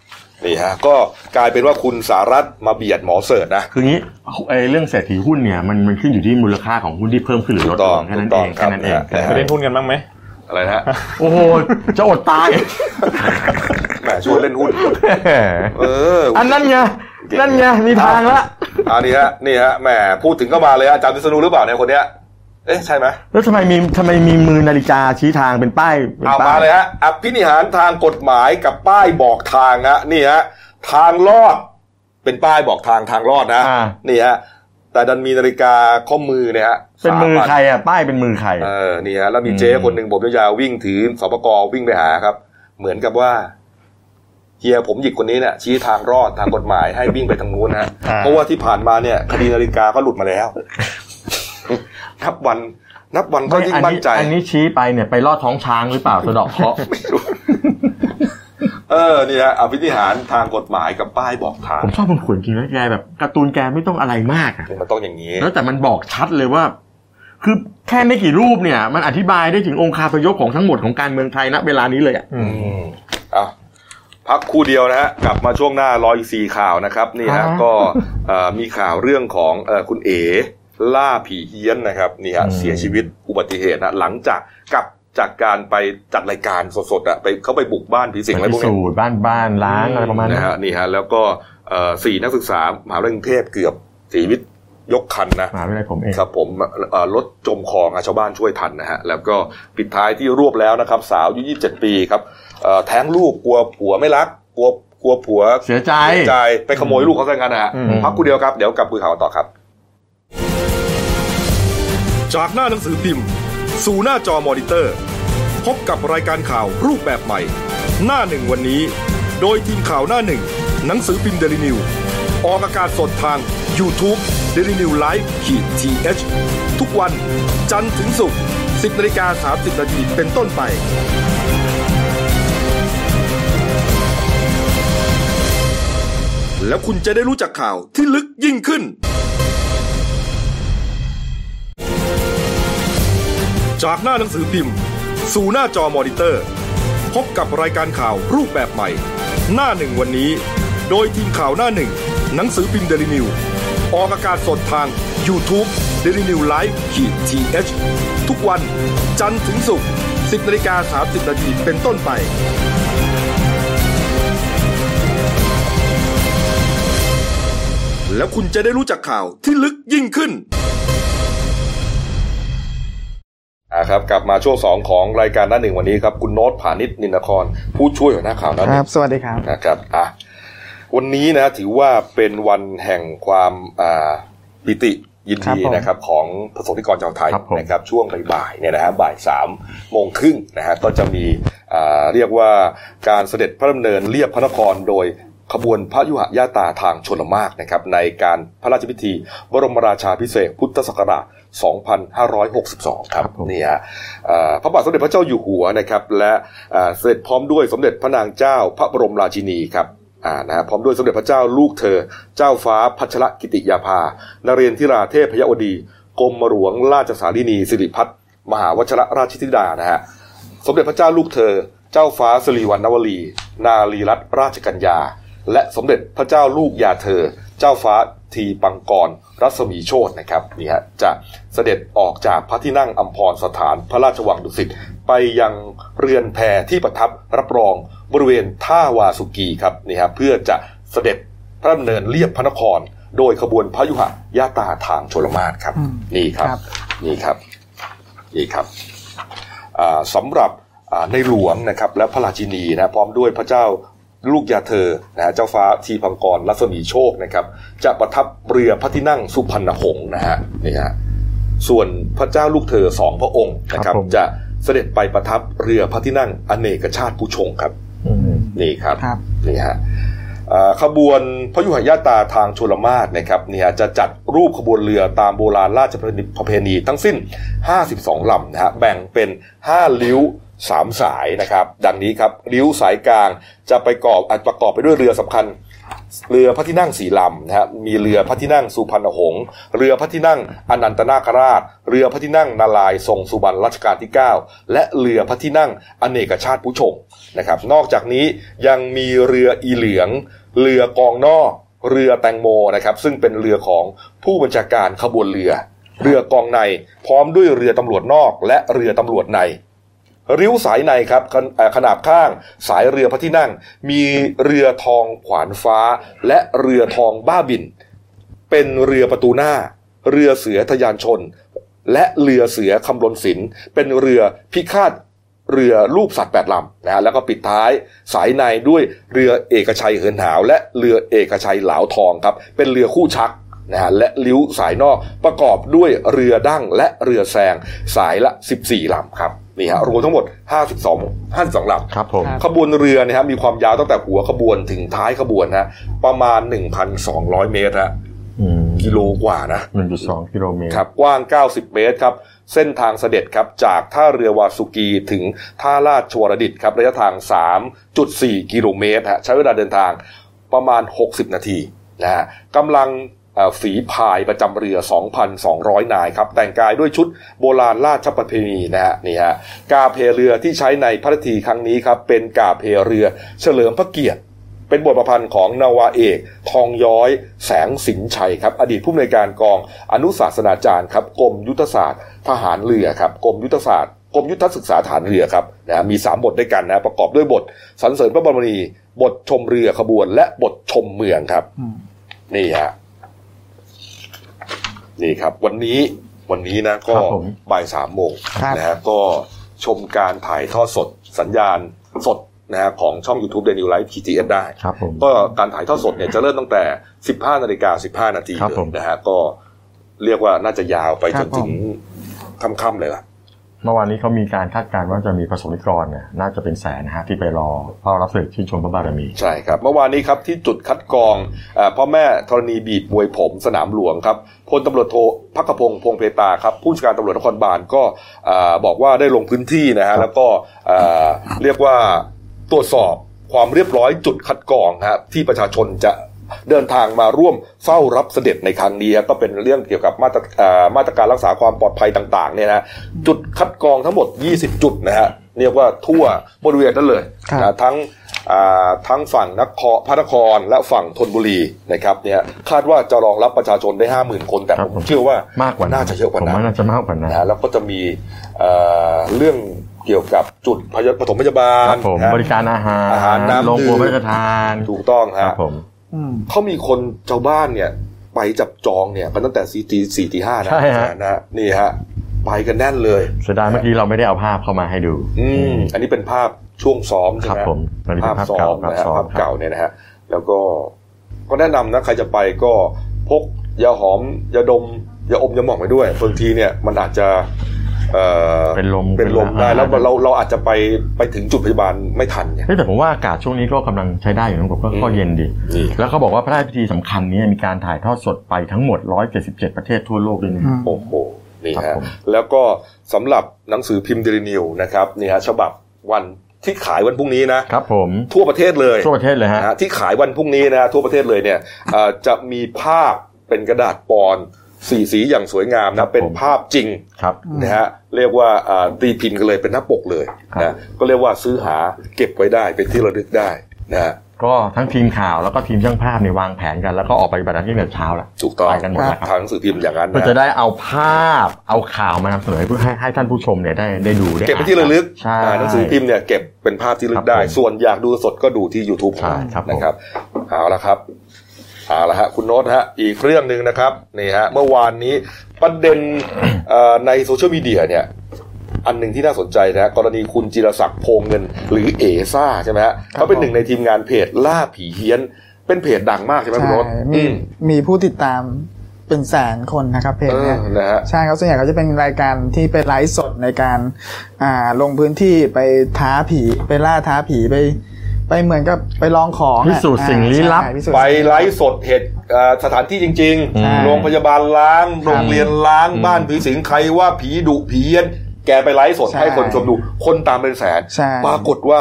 นี่ฮะก็กลายเป็นว่าคุณสารัตน์มาเบียดหมอเสิร์ชนะคืองี้ไอ้เรื่องเศรษฐีหุ้นเนี่ยมันมันขึ้นอยู่ที่มูลค่าของหุ้นที่เพิ่มขึ้นหรือลดลงแค่นั้นเองแค่นั้นเองไปเล่นหุ้นกันบ้างไหมอะไรนะโอ้โหจะอดตายแหมชวนเล่นหุ้นเอออันนั้นไงนั่นไงมีทางละอันนี้ฮะนี่ฮะแหมพูดถึงก็มาเลยอาจารย์วิษณุหรือเปล่าเนี่ยคนเนี้ยเอ๊ะใช่ไหมแล้วทำไมมีทำไมมีมือนาฬิกาชี้ทางเป็นป้ายเอามาเลยฮะอภินิหารทางกฎหมายกับป้ายบอกทางฮะนี่ฮะทางรอดเป็นป้ายบอกทางทางรอดนะนี่ฮะแต่ดันมีนาฬิกาข้อมือเนี่ยฮะเป็นมือใครอ่ะป้ายเป็นมือใครเออนี่ฮะแล้วมีเจ๊คนหนึ่งผมยาวๆวิ่งถือสปกวิ่งไปหาครับเหมือนกับว่าเฮียผมหยิกคนนี้เนี่ยชี้ทางรอดทางกฎหมายให้วิ่งไปทางนู้นนะเพราะว่าที่ผ่านมาเนี่ยคดีนาฬิกาก็หลุดมาแล้วนับวันนับวันก็ยิ่งมั่นใจอันนี้ชี้ไปเนี่ยไปลอดท้องช้างหรือเปล่าสะดอกเคราะห์ไม่รู้เออนี่ฮะอภินิหารทางกฎหมายกับป้ายบอกทางผมชอบมันขวนจริงนะแกแบบการ์ตูนแกไม่ต้องอะไรมากอ่ะมันต้องอย่างนี้แล้วแต่มันบอกชัดเลยว่าคือแค่ไม่กี่รูปเนี่ยมันอธิบายได้ถึงองค์คาพยพของทั้งหมดของการเมืองไทยณเวลานี้เลยอ่ะอืมเอาพักคู่เดียวนะฮะกลับมาช่วงหน้ารออีกสี่ข่าวนะครับนี่ฮะก็มีข่าวเรื่องของคุณเอ๋ล่าผีเฮี้ยนนะครับนี่ฮะเสียชีวิตอุบัติเหตุนะหลังจากกลับจากการไปจัดรายการสดๆอ่ะไปเขาไปบุกบ้านผีสิงอะไรพวกนี้สูตรบ้านบ้านล้างอะไรประมาณนั้นนะฮะนี่ฮะแล้วก็สี่นักศึกษามหาวิทยาลัยกรุงเทพเกือบเสียชีวิตยกคันนะมหาวิทยาลัยผมเองครับผมรถจมคลองชาวบ้านช่วยทันนะฮะแล้วก็ปิดท้ายที่รวบแล้วนะครับสาวอายุยี่สิบเจ็ดปีครับแท้งลูกกลัวผัวไม่รักกลัวกลัวผัวเสียใจเสียใจไปขโมยลูกเขาซะงั้นนะฮะพักกูเดียวครับเดี๋ยวกลับคุยข่าวต่อครับจากหน้าหนังสือพิมพ์สู่หน้าจอมอนิเตอร์พบกับรายการข่าวรูปแบบใหม่หน้าหนึ่งวันนี้โดยทีมข่าวหน้าหนึ่งหนังสือพิมพ์ Daily News ออกอากาศสดทาง YouTube Daily News Live ทีเอช ทุกวันจันทร์ถึงศุกร์ สิบนาฬิกาสามสิบนาทีเป็นต้นไปแล้วคุณจะได้รู้จักข่าวที่ลึกยิ่งขึ้นจากหน้าหนังสือพิมพ์สู่หน้าจอมอนิเตอร์พบกับรายการข่าวรูปแบบใหม่หน้าหนึ่งวันนี้โดยทีมข่าวหน้าหนึ่งหนังสือพิมพ์ Daily News ออกอากาศสดทาง YouTube Daily News Live ทีเอช ทุกวันจันทร์ถึงศุกร์ สิบนาฬิกาสามสิบนาทีเป็นต้นไปแล้วคุณจะได้รู้จักข่าวที่ลึกยิ่งขึ้นอ่าครับกลับมาช่วงสองของรายการหน้าหนึ่งวันนี้ครับคุณโน้ตผานิชนินนครผู้ช่วยหัวหน้าข่าวหน้าหนึ่งครับสวัสดีครับนะครับอ่ะวันนี้นะถือว่าเป็นวันแห่งความอ่าปิติยินดีนะครับของประสบนิกรชาวไทยนะครับช่วงบ่ายๆเนี่ยนะฮะบ่ายสามโมงครึ่งนะฮะก็จะมีอ่าเรียกว่าการเสด็จพระดำเนินเลียบพระนครโดยขบวนพระยุหญาตราทางชลมารนะครับในการพระราชพิธีบรมราชาภิเษกพุทธศักราชสองพันห้าร้อยหกสิบสองครับนี่ฮะพระบาทสมเด็จพระเจ้าอยู่หัวนะครับและเสด็จพร้อมด้วยสมเด็จพระนางเจ้าพระบรมราชินีครับอ่านะพร้อมด้วยสมเด็จพระเจ้าลูกเธอเจ้าฟ้าพัชรกิติยาภานเรนทิราเทพยวดีกรมหลวงราชสารินีสิริพัฒน์มหาวชิรราชธิดานะฮะสมเด็จพระเจ้าลูกเธอเจ้าฟ้าสิริวัณณวลีนารีรัตนราชกัญญาและสมเด็จพระเจ้าลูกยาเธอเจ้าฟ้าทีปังกรรัศมีโชตินะครับนี่ฮะจะเสด็จออกจากพระที่นั่งอัมพรสถานพระราชวังดุสิตไปยังเรือนแพที่ประทับรับรองบริเวณท่าวาสุกีครับนี่ฮะเพื่อจะเสด็จพระดำเนินเลียบพระนครโดยขบวนพยุหญาตราทางชลมารครับนี่ครับนี่ครับนี่ครับสำหรับในหลวงนะครับและพระราชินีนะพร้อมด้วยพระเจ้าลูกยาเธอนะเจ้าฟ้าทีพังกรรัศมีโชคนะครับจะประทับเรือพระที่นั่งสุพรรณหงส์นะฮะนี่ฮะส่วนพระเจ้าลูกเธอสองพระองค์นะครับจะเสด็จไปประทับเรือพระที่นั่งอเนกชาติผู้ชงครับนี่ครับนี่ฮะขบวนพยุหญาตราทางชลมารนะครับนี่ฮะจะจัดรูปขบวนเรือตามโบราณราชประเพณีทั้งสิ้นห้าสิบสองลำนะฮะแบ่งเป็นห้าลิ้วสามสายนะครับดังนี้ครับริ้วสายกลางจะไปประกอบประกอบไปด้วยเรือสำคัญเรือพระที่นั่งสี่ลำนะฮะมีเรือพระที่นั่งสุพรรณหงษ์เรือพระที่นั่งอนันตนาคราชเรือพระที่นั่งนารายณ์ทรงสุบรรณรัชกาลที่เก้าและเรือพระที่นั่งอเนกชาติผู้ชงนะครับนอกจากนี้ยังมีเรืออีเหลืองเรือกองนอกเรือแตงโมนะครับซึ่งเป็นเรือของผู้บัญชาการขบวนเรือเรือกองในพร้อมด้วยเรือตำรวจนอกและเรือตำรวจในริ้วสายในครับขนาบข้างสายเรือพระที่นั่งมีเรือทองขวานฟ้าและเรือทองบ้าบินเป็นเรือประตูหน้าเรือเสือทยานชนและเรือเสือคำลนศิลป์เป็นเรือพิฆาตเรือรูปสัตว์แปดลำนะแล้วก็ปิดท้ายสายในด้วยเรือเอกชัยเหินหาวและเรือเอกชัยเหลาทองครับเป็นเรือคู่ชักนะฮะและลิ้วสายนอกประกอบด้วยเรือดั้งและเรือแซงสายละสิบสี่ลำครับนี่ฮะรวมทั้งหมดห้าสิบสอง ห้าสิบสองลำครับผมขบวนเรือเนี่ยฮะมีความยาวตั้งแต่หัวขบวนถึงท้ายขบวนฮะประมาณ หนึ่งพันสองร้อย เมตรฮะกิโลกว่านะหนึ่งจุดสอง กิโลเมตรครับกว้างเก้าสิบเมตรครับเส้นทางเสด็จครับจากท่าเรือวาสุกีถึงท่าราชวรดิตครับระยะทาง สามจุดสี่ กิโลเมตรฮะใช้เวลาเดินทางประมาณหกสิบนาทีนะฮะกำลังฝีพายประจำเรือ สองพันสองร้อย นายครับแต่งกายด้วยชุดโบราณราชประเพณีนะฮะนี่ฮะกาเพเรือที่ใช้ในพระราชพิธีครั้งนี้ครับเป็นกาเพเรือเฉลิมพระเกียรติเป็นบทประพันธ์ของนาวาเอกทองย้อยแสงสินชัยครับอดีตผู้อำนวยการกองอนุศาสนาจารย์ครับกรมยุทธศาสตร์ทหารเรือครับกรมยุทธศาสตร์กรมยุทธศึกษาฐานเรือครับนะมีสามบทด้วยกันนะประกอบด้วยบทสรรเสริญพระบารมีบทชมเรือขบวนและบทชมเมืองครับนี่ฮะนี่ครับวันนี้วันนี้นะก็บ่ายสามโมงนะฮะก็ชมการถ่ายทอดสดสัญญาณสดนะฮะของช่อง YouTube Daily Life พี จี เอส ได้ก็การถ่ายทอดสดเนี่ยจะเริ่มตั้งแต่ สิบห้านาฬิกาสิบห้านาทีเลยนะฮะก็เรียกว่าน่าจะยาวไปจนถึงค่ำๆเลยล่ะเมื่อวานนี้เขามีการคาดการณ์ว่าจะมีประสบนิกรเนี่ยน่าจะเป็นแสนนะฮะที่ไปรอเฝ้ารับเสด็จชื่นชมพระบารมีใช่ครับเมื่อวานนี้ครับที่จุดคัดกรองพ่อแม่ธรณีบีบมวยผมสนามหลวงครับพลตำรวจโทภักขพงษ์พงษ์เพตาครับผู้บัญชาการตำรวจนครบาลก็บอกว่าได้ลงพื้นที่นะฮะแล้วก็เรียกว่าตรวจสอบความเรียบร้อยจุดคัดกรองครับที่ประชาชนจะเดินทางมาร่วมเฝ้ารับเสด็จในครั้งนี้ก็เป็นเรื่องเกี่ยวกับมาตรมาตรการรักษาความปลอดภัยต่างๆเนี่ยนะจุดคัดกรองทั้งหมดยี่สิบจุดนะฮะเรียกว่าทั่วบริเวณนั้นเลยนะทั้งทั้งฝั่งนครพระนครและฝั่งธนบุรีนะครับเนี่ยคาดว่าจะรองรับประชาชนได้ ห้าหมื่น คนแต่ผมเชื่อว่ามากกว่าน่าจะเยอะกว่านั้นผมว่าน่าจะมากกว่านั้นนะแล้วก็จะมีเรื่องเกี่ยวกับจุดปฐมพยาบาลบริการอาหารอาหารน้ำโรงครัวพระราชทานถูกต้องครับเขามีคนชาวบ้านเนี่ยไปจับจองเนี่ยกันตั้งแต่สี่ตีสี่ตีห้านะนะนี่ฮะไปกันแน่นเลยเสียดายเมื่อกี้เราไม่ได้เอาภาพเข้ามาให้ดูอืมอันนี้เป็นภาพช่วงซ้อมใช่ไหมภาพซ้อมนะฮะภาพเก่าเนี่ยนะฮะแล้วก็ก็แนะนำนะใครจะไปก็พกยาหอมยาดมยาอมยาหม่องไปด้วยบางทีเนี่ยมันอาจจะเป็นลมเป็นลมได้แล้วเราเราอาจจะไปไปถึงจุดพยาบาลไม่ทันเนี่ยแต่ผมว่าอากาศช่วงนี้ก็กำลังใช้ได้อยู่นะผมก็เย็นดีแล้วเขาบอกว่าพระราชพิธีสำคัญนี้มีการถ่ายทอดสดไปทั้งหมดหนึ่งร้อยเจ็ดสิบเจ็ดประเทศทั่วโลกเลยนะโอ้โหนี่ฮะแล้วก็สำหรับหนังสือพิมพ์ Daily News นะครับนี่ฮะฉบับวันที่ขายวันพรุ่งนี้นะครับผมทั่วประเทศเลยทั่วประเทศเลยฮะที่ขายวันพรุ่งนี้นะทั่วประเทศเลยเนี่ยจะมีภาพเป็นกระดาษปอนสีสีอย่างสวยงามนะเป็นภาพจริงนะฮะเรียกว่าตีพิมพ์กันเลยเป็นหน้าปกเลยนะก็เรียกว่าซื้อหาเก็บไว้ได้เป็นที่ระลึกได้นะก็ทั้งทีมข่าวแล้วก็ทีมช่างภาพเนี่ยวางแผนกันแล้วก็ออกไปปฏิบัติหน้าที่แต่เช้าแล้วถูกต้องไปกันหมดแล้วครับทางหนังสือพิมพ์อย่างนั้นเพื่อจะได้เอาภาพเอาข่าวมานำเสนอเพื่อให้ให้ท่านผู้ชมเนี่ยได้ได้ดูได้เก็บเป็นที่ระลึกหนังสือพิมพ์เนี่ยเก็บเป็นภาพที่ระลึกได้ส่วนอยากดูสดก็ดูที่ YouTube นะครับเอาละครับเอาละฮะคุณโน้ตฮะอีกเรื่องนึงนะครับนี่ฮะเมื่อวานนี้ประเด็นในโซเชียลมีเดียเนี่ยอันหนึ่งที่น่าสนใจนะกรณีคุณจิรศักดิ์โพงเงินหรือเอซ่าใช่ไหมฮะเขาเป็นหนึ่งในทีมงานเพจล่าผีเฮี้ยนเป็นเพจดังมากใช่ไหมคุณโน้ตมีมีผู้ติดตามเป็นแสนคนนะครับเพจเนี่ยใช่เขาส่วนใหญ่เขาจะเป็นรายการที่ไปไลฟ์สดในการอ่าลงพื้นที่ไปท้าผีไปล่าท้าผีไปไปเหมือนกับไปลองของพิสูจน์สิ่งลี้ลับไปไลฟ์สดเหตุสถานที่จริงๆโรงพยาบาลล้างโรงเรียนล้างบ้านผีสิงใครว่าผีดุผีเฮี้ยนแกไปไลฟ์สดให้คนชมดูคนตามเป็นแสนปรากฏว่า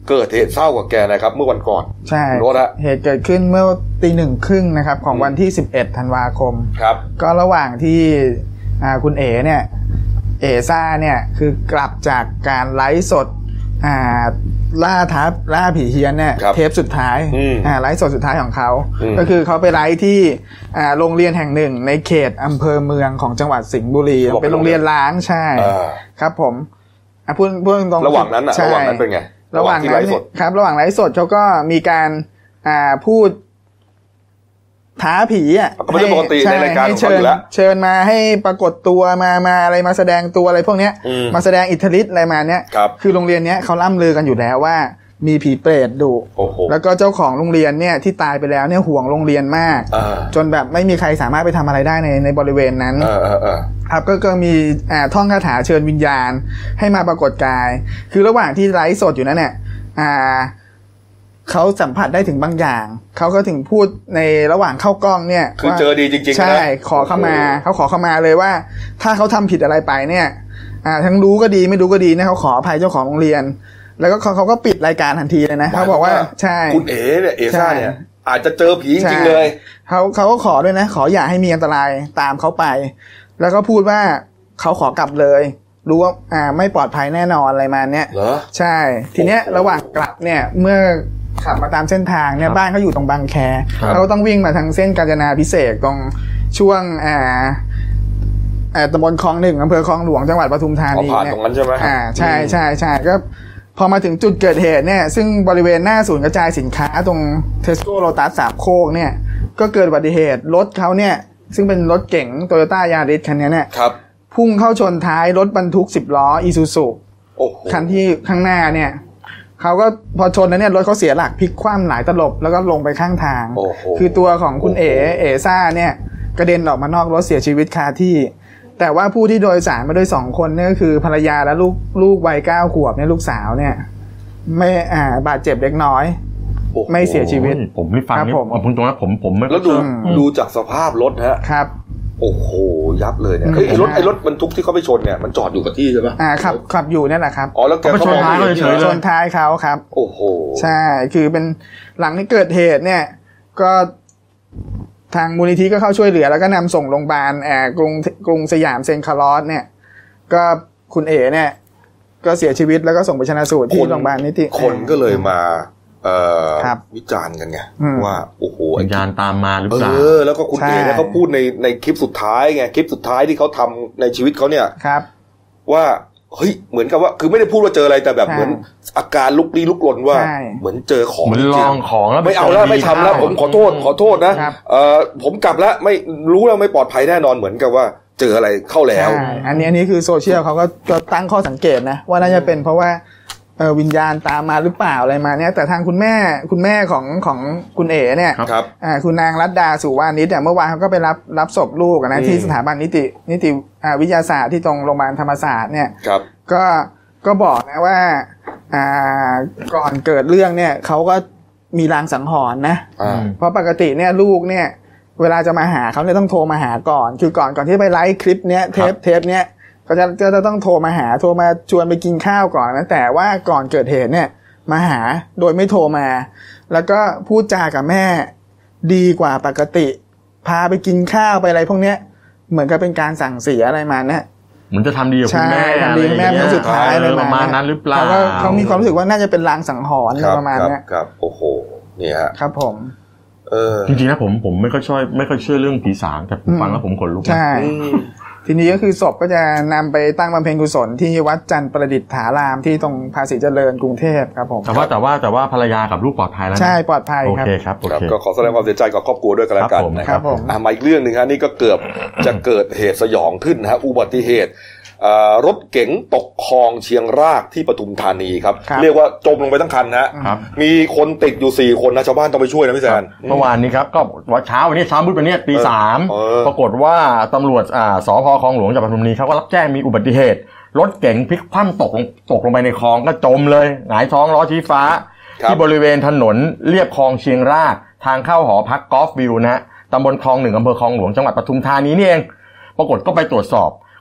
เกิดเหตุเศร้ากับแกนะครับเมื่อวันก่อนใช่เหตุเกิดขึ้นเมื่อตีหนึ่งครึ่งนะครับของวันที่สิบเอ็ดธันวาคมครับก็ระหว่างที่คุณเอ๋เนี่ยเอซ่าเนี่ยคือกลับจากการไลฟ์สดล่าท้าล่าผีเฮียนเนี่ยเทปสุดท้ายไลฟ์สดสุดท้ายของเขาก็คือเขาไปไลฟ์ที่โรงเรียนแห่งหนึ่งในเขตอำเภอเมืองของจังหวัดสิงห์บุรีเป็นโรงเรียนล้างใช่ครับผมพูดพูดตรงระหว่างนั้นอะระหว่างนั้นเป็นไงระหว่างนั้นครับระหว่างไลฟ์สดเขาก็มีการพูดท้าผีอ่ะไม่ใช่ปกติในรายการของเขาอยู่แล้วเชิญมาให้ปรากฏตัวมามาอะไรมาแสดงตัวอะไรพวกเนี้ยมาแสดงอิทธิฤทธิ์อะไรมาเนี้ยคือโรงเรียนเนี้ยเขาล่ำลือกันอยู่แล้วว่ามีผีเปรตดุแล้วก็เจ้าของโรงเรียนเนี่ยที่ตายไปแล้วเนี่ยห่วงโรงเรียนมากจนแบบไม่มีใครสามารถไปทำอะไรได้ในในบริเวณนั้นครับก็ก็มีอ่าท่องคาถาเชิญวิญญาณให้มาปรากฏกายคือระหว่างที่ไลฟ์สดอยู่นั้นเนี่ยอ่าเขาสัมผัสได้ถึงบางอย่างเขาก็ถึงพูดในระหว่างเข้ากล้องเนี่ยคือเจอดีจริงๆใช่ขอเข้ามาเขาขอเข้ามาเลยว่าถ้าเขาทำผิดอะไรไปเนี่ยอ่าทั้งรู้ก็ดีไม่รู้ก็ดีนะเขาขออภัยเจ้าของโรงเรียนแล้วก็เขาเขาก็ปิดรายการทันทีเลยนะเขาบอกว่าใช่คุณเอ๋เนี่ยเอซ่าเนี่ยอาจจะเจอผีจริงๆเลยเขาเขาก็ขอด้วยนะขออย่าให้มีอันตรายตามเขาไปแล้วก็พูดว่าเขาขอกลับเลยรู้ว่าอ่าไม่ปลอดภัยแน่นอนอะไรมาเนี้ยเหรอใช่ทีเนี้ยระหว่างกลับเนี่ยเมื่อขับมาตามเส้นทางเนี่ยบ้านเขาอยู่ตรงบางแคเขาต้องวิ่งมาทางเส้นกาญจนาภิเษกตรงช่วงอ่าอ่าตำบลคลองหนึ่งอำเภอคลองหลวงจังหวัดปทุมธานีเนี่ยตรงนั้นใช่ไหมอ่าใช่ใช่ใช่ก็พอมาถึงจุดเกิดเหตุเนี่ยซึ่งบริเวณหน้าศูนย์กระจายสินค้าตรงเทสโก้โลตัสสามโคกเนี่ยก็เกิดอุบัติเหตุรถเขาเนี่ยซึ่งเป็นรถเก๋งโตโยต้ายาริสคันนี้เนี่ยพุ่งเข้าชนท้ายรถบรรทุกสิบล้ออีซูซุคันที่ข้างหน้าเนี่ยเขาก็พอชนแล้วเนี่ยรถเขาเสียหลักพลิกคว่ำหลายตลบแล้วก็ลงไปข้างทางคือตัวของคุณเอ๋เอซ่าเนี่ยกระเด็นออกมานอกรถเสียชีวิตคาที่แต่ว่าผู้ที่โดยสารมาด้วยสองคนเนี่ยก็คือภรรยาและลูกลูกวัยเก้าขวบเนี่ยลูกสาวเนี่ยไม่อ่าบาดเจ็บเล็กน้อยไม่เสียชีวิตผมไม่ฟังนี่ผมตรงนั้นผมผมไม่แล้วดูดูจากสภาพรถฮะครับโอ้โหยับเลยเนี่ยไอ้รถไอ้รถบรรทุกที่เขาไปชนเนี่ยมันจอดอยู่กับที่ใช่ปะอ่าขับขับอยู่นั่นแหละครับอ๋อแล้วแกก็ชนท้ายเลยเฉยชนท้ายเขาครับโอ้โหใช่คือเป็นหลังที่เกิดเหตุเนี่ยก็ทางมูลนิธิก็เข้าช่วยเหลือแล้วก็นำส่งโรงพยาบาลแอร์กรุงกรุงสยามเซนคาร์ลอสเนี่ยก็คุณเอ๋เนี่ยก็เสียชีวิตแล้วก็ส่งไปชันสูตรที่โรงพยาบาลนิติคนก็เลยมาเอ่อวิจารณ์กันไงว่าโอ้โหวิญญาณตามมาหรือเปล่าเออแล้วก็คุณเอ๋เนี่ยเขาพูดในในคลิปสุดท้ายไงคลิปสุดท้ายที่เขาทำในชีวิตเขาเนี่ยครับว่าเฮ้ยเหมือนกับว่าคือไม่ได้พูดว่าเจออะไรแต่แบบเหมือนอาการลุกลี้ลุกลนว่าเหมือนเจอของเหมือนลองของแล้วไม่เอาแล้วไม่ทำแล้วผมขอโทษขอโทษนะเอ่อผมกลับแล้วไม่รู้แล้วไม่ปลอดภัยแน่นอนเหมือนกับว่าเจออะไรเข้าแล้วอันนี้อันนี้คือโซเชียลเขาก็ตั้งข้อสังเกตนะว่าน่าจะเป็นเพราะว่าเออวิญญาณตามมาหรือเปล่าอะไรมาเนี่ยแต่ทางคุณแม่คุณแม่ของของคุณเอ๋เนี่ยครับอ่าคุณนางรัตดาสุวานิชเนี่ยเมื่อวานเขาก็ไปรับรับศพลูกนะที่สถาบันนิตินิติอ่าวิทยาศาสตร์ที่ตรงโรงพยาบาลธรรมศาสตร์เนี่ยครับก็ก็บอกนะว่าอ่าก่อนเกิดเรื่องเนี่ยเขาก็มีลางสังหรณ์นะเพราะปกติเนี่ยลูกเนี่ยเวลาจะมาหาเขาเนี่ยต้องโทรมาหาก่อนคือก่อนก่อนที่ไปไลฟ์คลิปเนี้ยเทปเทปเนี้ยก็จะก็จะต้องโทรมาหาโทรมาชวนไปกินข้าวก่อนนะแต่ว่าก่อนเกิดเหตุเนี่ยมาหาโดยไม่โทรมาแล้วก็พูดจากับแม่ดีกว่าปกติพาไปกินข้าวไปอะไรพวกเนี้ยเหมือนกับเป็นการสั่งเสียอะไรมาเนี่ยเหมือนจะทำดีกับคุณแม่ทำดีแม่เป็นสุดท้ายอะไรประมาณนั้นหรือเปล่าเขาเขามีความรู้สึกว่าน่าจะเป็นลางสังหรณ์ประมาณนี้ครับโอ้โหเนี่ยครับผมเออจริงๆนะผมผมไม่ค่อยชอบไม่ค่อยเชื่อเรื่องผีสางแต่ผมฟังแล้วผมขนลุกใช่ทีนี้ก็คือศพก็จะนำไปตั้งบำเพ็ญกุศลที่วัดจันทร์ประดิษฐารามที่ตรงภาษีเจริญกรุงเทพครับผมแต่ว่าแต่ว่าแต่ว่าภรรยากับลูกปลอดภัยแล้วใช่ปลอดภัยครับโอเคครับโอเคก็ขอแสดงความเสียใจกับครอบครัวด้วยกันแล้วกันนะครับมาอีกเรื่องนึงฮะนี่ก็เกือบจะเกิดเหตุสยองขึ้นนะฮะอุบัติเหตุรถเก๋งตกคลองเชียงรากที่ปทุมธานีครับเรียกว่าจมลงไปทั้งคันนะมีคนติดอยู่สี่คนนะชาวบ้านต้องไปช่วยนะพี่แซนเมื่อวานนี้ครับก็วันเช้าวันนี้เช้ามืดวันนี้ตีสามปรากฏว่าตำรวจสภ.คลองหลวงจังหวัดปทุมธานีเขาก็รับแจ้งมีอุบัติเหตุรถเก๋งพลิกคว่ำตกลงตกลงไปในคลองก็จมเลยหงายท้องล้อชี้ฟ้าที่บริเวณถนนเลียบคลองเชียงรากทางเข้าหอพักกอล์ฟวิวนะฮะตำบลคลองหนึ่งอำเภอคลองหลวงจังหวัดปทุมธานีนี่เองปรากฏก็ไปตรวจสอบ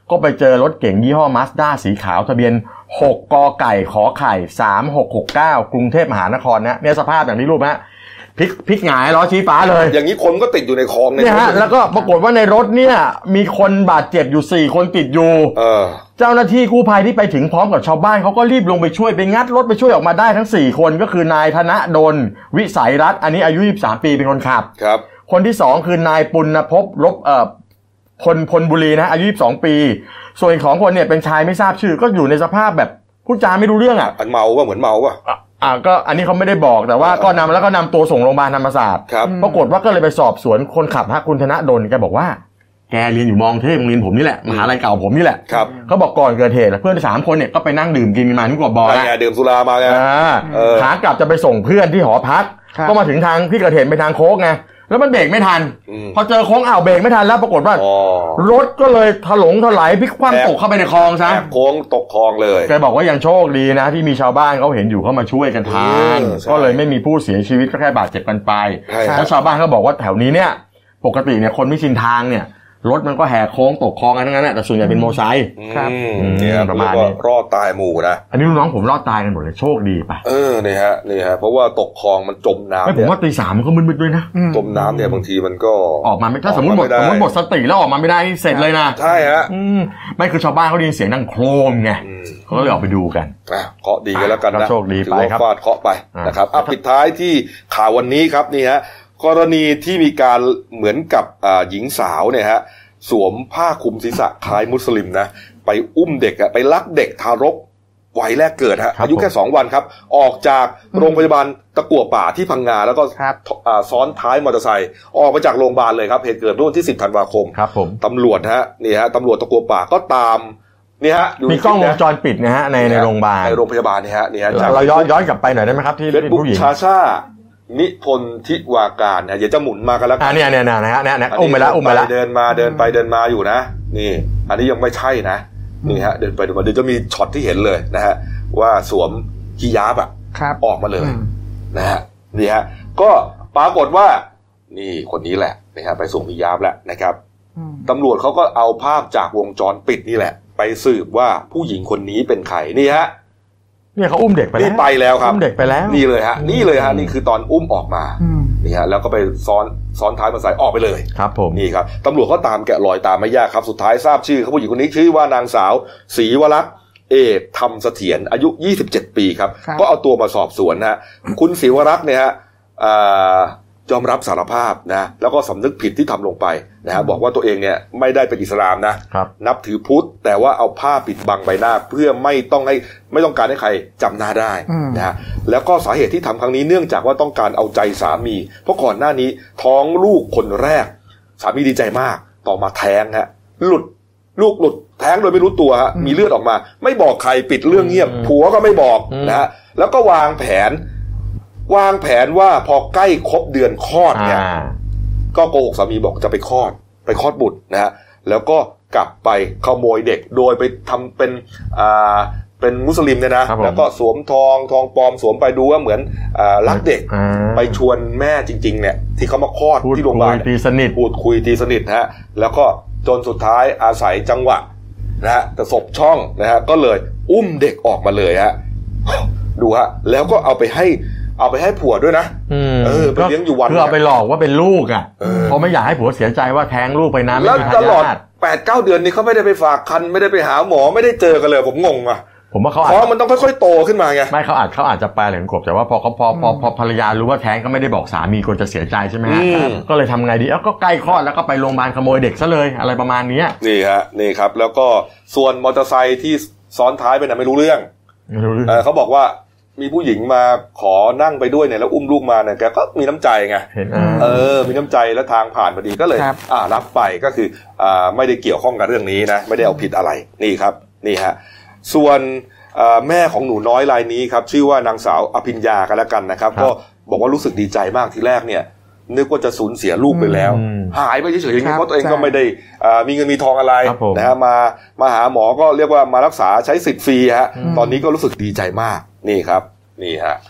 ก็ไปเจอรถเก๋งยี่ห้อ Mazda สีขาวทะเบียนหกกไก่ขอไข่สามหกหกเก้ากรุงเทพมหานครนะเนี่ยสภาพอย่างที่รูปฮะพลิกพลิกหงายล้อชี้ฟ้าเลยอย่างนี้คนก็ติดอยู่ในคลองเนี่ยฮะแล้วก็ปรากฏว่าในรถเนี่ยมีคนบาดเจ็บอยู่สี่คนติดอยู่เออเจ้าหน้าที่กู้ภัยที่ไปถึงพร้อมกับชาวบ้านเขาก็รีบลงไปช่วยไปงัดรถไปช่วยออกมาได้ทั้งสี่คนก็คือนายธนดลวิสัยรัตน์อันนี้อายุยี่สิบสามปีเป็นคนขับครับคนที่สองคือนายปุณณภพลบเอ่อพลพลบุรีนะอายุยี่สิบสองปีส่วนอีกสองคนเนี่ยเป็นชายไม่ทราบชื่อก็อยู่ในสภาพแบบพูดจาไม่รู้เรื่องอ่ะเมาว่าเหมือนเมาว่ะอ่าก็อันนี้เขาไม่ได้บอกแต่ว่าก็นำแล้วก็นำตัวส่งโรงพยาบาลธรรมศาสตร์ปรากฏว่าก็เลยไปสอบสวนคนขับฮะคุณธนดลแกบอกว่าแกเรียนอยู่มองเทพโรงเรียนผมนี่แหละมหาลัยเก่าผมนี่แหละเขาบอกก่อนเกิดเหตุเพื่อนสามคนเนี่ยก็ไปนั่งดื่มกินมาที่กบบอกแล้วดื่มสุรามาไงขากลับจะไปส่งเพื่อนที่หอพักก็มาถึงทางที่เกิดเหตุไปทางโค้งไงแล้วมันเบรกไม่ทันพอเจอโค้งอ้าวเบรกไม่ทันแล้วปรากฏว่ารถก็เลยถลงถลายพลิกคว่ำตกเข้าไปในคลองซะโค้งตกคลองเลยแกบอกว่ายังโชคดีนะที่มีชาวบ้านเขาเห็นอยู่เขามาช่วยกันทันก็เลยไม่มีผู้เสียชีวิตก็แค่บาดเจ็บกันไปแล้วชาวบ้านเขาบอกว่าแถวนี้เนี่ยปกติเนี่ยคนไม่ชินทางเนี่ยรถมันก็แหกโค้งตกคลองกันทั้งนั้นแหละแต่ส่วนใหญ่เป็นโมไซค์ครับเนี่ยประมาณนี้รอดตายหมู่นะอันนี้ลูกน้องผมรอดตายกันหมดเลยโชคดีป่ะเออนี่ฮะนี่ฮะเพราะว่าตกคลองมันจมน้ำไม่ผมว่าตีสามมันก็มืดๆด้วยนะจมน้ำเนี่ยบางทีมันก็ออกมาไม่ถ้าสมมติหมดสมมติหมดสติแล้วออกมาไม่ได้เสร็จเลยนะใช่ฮะไม่คือชาวบ้านเขาได้ยินเสียงดังโครมไงเขาก็เลยออกไปดูกันอ่ะเคาะดีกันแล้วกันนะโชคดีไปครับฟาดเคาะไปนะครับอ่ะปิดท้ายที่ข่าววันนี้ครับนี่ฮะกรณีที่มีการเหมือนกับหญิงสาวเนี่ยฮะสวมผ้าคลุมศีรษะคล้ายมุสลิมนะไปอุ้มเด็กอะไปลักเด็กทารกวัยแรกเกิดฮะอายุแค่สองวันครับออกจากโรงพยาบาลตะกั่วป่าที่พังงาแล้วก็ซ้อนท้ายมอเตอร์ไซค์ออกมาจากโรงพยาบาลเลยครับเหตุเกิดเมื่อวันที่สิบธันวาคมครับผมตำรวจฮะนี่ฮะตำรวจตะกั่วป่าก็ตามนี่ฮะมีกล้องวงจรปิดนะฮะในในโรงพยาบาลในโรงพยาบาลนี่ฮะนี่ฮะเราย้อนย้อนกลับไปหน่อยได้ไหมครับที่ผู้หญิงชาชานิพนธ์ทิวาการเนี่ยเดี๋ยวจะหมุนมากันแล้วอ่าเนี่ยเนี่ยนะฮะเนี่ยอุ้มไปแล้วอุ้มไปแล้วเดินมาเดินไปเดินมาอยู่นะนี่อันนี้ยังไม่ใช่นะนี่ฮะเดินไปเดินมาเดี๋ยวจะมีช็อตที่เห็นเลยนะฮะว่าสวมฮิญาบอ่ะออกมาเลยนะฮะนี่ฮะก็ปรากฏว่านี่คนนี้แหละนะฮะไปสวมฮิญาบแล้วนะครับตำรวจเขาก็เอาภาพจากวงจรปิดนี่แหละไปสืบว่าผู้หญิงคนนี้เป็นใครนี่ฮะเนี่ยเขาอุ้มเด็กไปแล้วนี่ไปแล้วครับอุ้มเด็กไปแล้วนี่เลยฮะนี่เลยฮะนี่คือตอนอุ้มออกมานี่ฮะแล้วก็ไปซ้อนซ้อนท้ายมาใส่ออกไปเลยครับผมนี่ครับตำรวจก็ตามแกะรอยตามไม่ยากครับสุดท้ายทราบชื่อเขาผู้หญิงคนนี้ชื่อว่านางสาวศรีวรักษ์เอกธรรมเสถียรอายุยี่สิบเจ็ดปีครับก็เอาตัวมาสอบสวนฮะคุณศรีวรักษ์เนี่ยฮะยอมรับสารภาพนะแล้วก็สำนึกผิดที่ทำลงไปนะฮะบอกว่าตัวเองเนี่ยไม่ได้เป็นอิสลามนะนับถือพุทธแต่ว่าเอาผ้าปิดบังใบหน้าเพื่อไม่ต้องให้ไม่ต้องการให้ใครจำหน้าได้นะฮะแล้วก็สาเหตุที่ทำครั้งนี้เนื่องจากว่าต้องการเอาใจสามีเพราะก่อนหน้านี้ท้องลูกคนแรกสามีดีใจมากต่อมาแท้งฮะหลุดลูกหลุดแท้งโดยไม่รู้ตัวฮะมีเลือดออกมาไม่บอกใครปิดเรื่องเงียบผัวก็ไม่บอกนะฮะแล้วก็วางแผนวางแผนว่าพอใกล้ครบเดือนคลอดเนี่ยก็โกหกสามีบอกจะไปคลอดไปคลอดบุตรนะฮะแล้วก็กลับไปขโมยเด็กโดยไปทำเป็นอ่าเป็นมุสลิมเนี่ยนะแล้วก็สวมทองทองปลอมสวมไปดูว่าเหมือนอ่ารักเด็กไปชวนแม่จริงๆเนี่ยที่เขามาคลอดที่โรงพยาบาลตีสนิทพูดคุยตีสนิทฮะแล้วก็จนสุดท้ายอาศัยจังหวะนะฮะแต่ศพช่องนะฮะก็เลยอุ้มเด็กออกมาเลยฮะดูฮะแล้วก็เอาไปให้เอาไปให้ผัวด้วยนะเออไปเลี้ยงอยู่วันเพื่อเอาไปหลอกว่าเป็นลูกอ่ะเพราะไม่อยากให้ผัวเสียใจว่าแท้งลูกไปนะไม่มีทายาทแปดเก้า เดือนนี้เขาไม่ได้ไปฝากคันไม่ได้ไปหาหมอไม่ได้เจอกันเลยผมงงอ่ะผมว่าเขาเพราะมันต้องค่อยๆโตขึ้นมาไงไม่เขาอาจเขาอาจจะแปลเหลืองกบแต่ว่าพอเขาพอพอพอภรรยารู้ว่าแท้งก็ไม่ได้บอกสามีกลัวจะเสียใจใช่ไหมฮะก็เลยทำไงดีเอ้าก็ใกล้คลอดแล้วก็ไปโรงพยาบาลขโมยเด็กซะเลยอะไรประมาณนี้นี่ฮะนี่ครับแล้วก็ส่วนมอเตอร์ไซค์ที่ซ้อนท้ายไปน่ะไม่รู้เรื่องเขาบอกว่ามีผู้หญิงมาขอนั่งไปด้วยเนี่ยแล้วอุ้มลูกมาเนี่ยแกก็มีน้ำใจไงเออมีน้ำใจแล้วทางผ่านพอดีก็เลยอ่ารับไปก็คืออ่าไม่ได้เกี่ยวข้องกับเรื่องนี้นะไม่ได้เอาผิดอะไรนี่ครับนี่ฮะส่วนแม่ของหนูน้อยรายนี้ครับชื่อว่านางสาวอภิญญากันแล้วกันนะครับก็บอกว่ารู้สึกดีใจมากทีแรกเนี่ยนึกว่าจะสูญเสียลูกไปแล้วหายไปเฉยๆเพราะตัวเองก็ไม่ได้มีเงินมีทองอะไรนะฮะมามาหาหมอก็เรียกว่ามารักษาใช้สิทธิ์ฟรีฮะตอนนี้ก็รู้สึกดีใจมากนี่ครับนี่ฮะ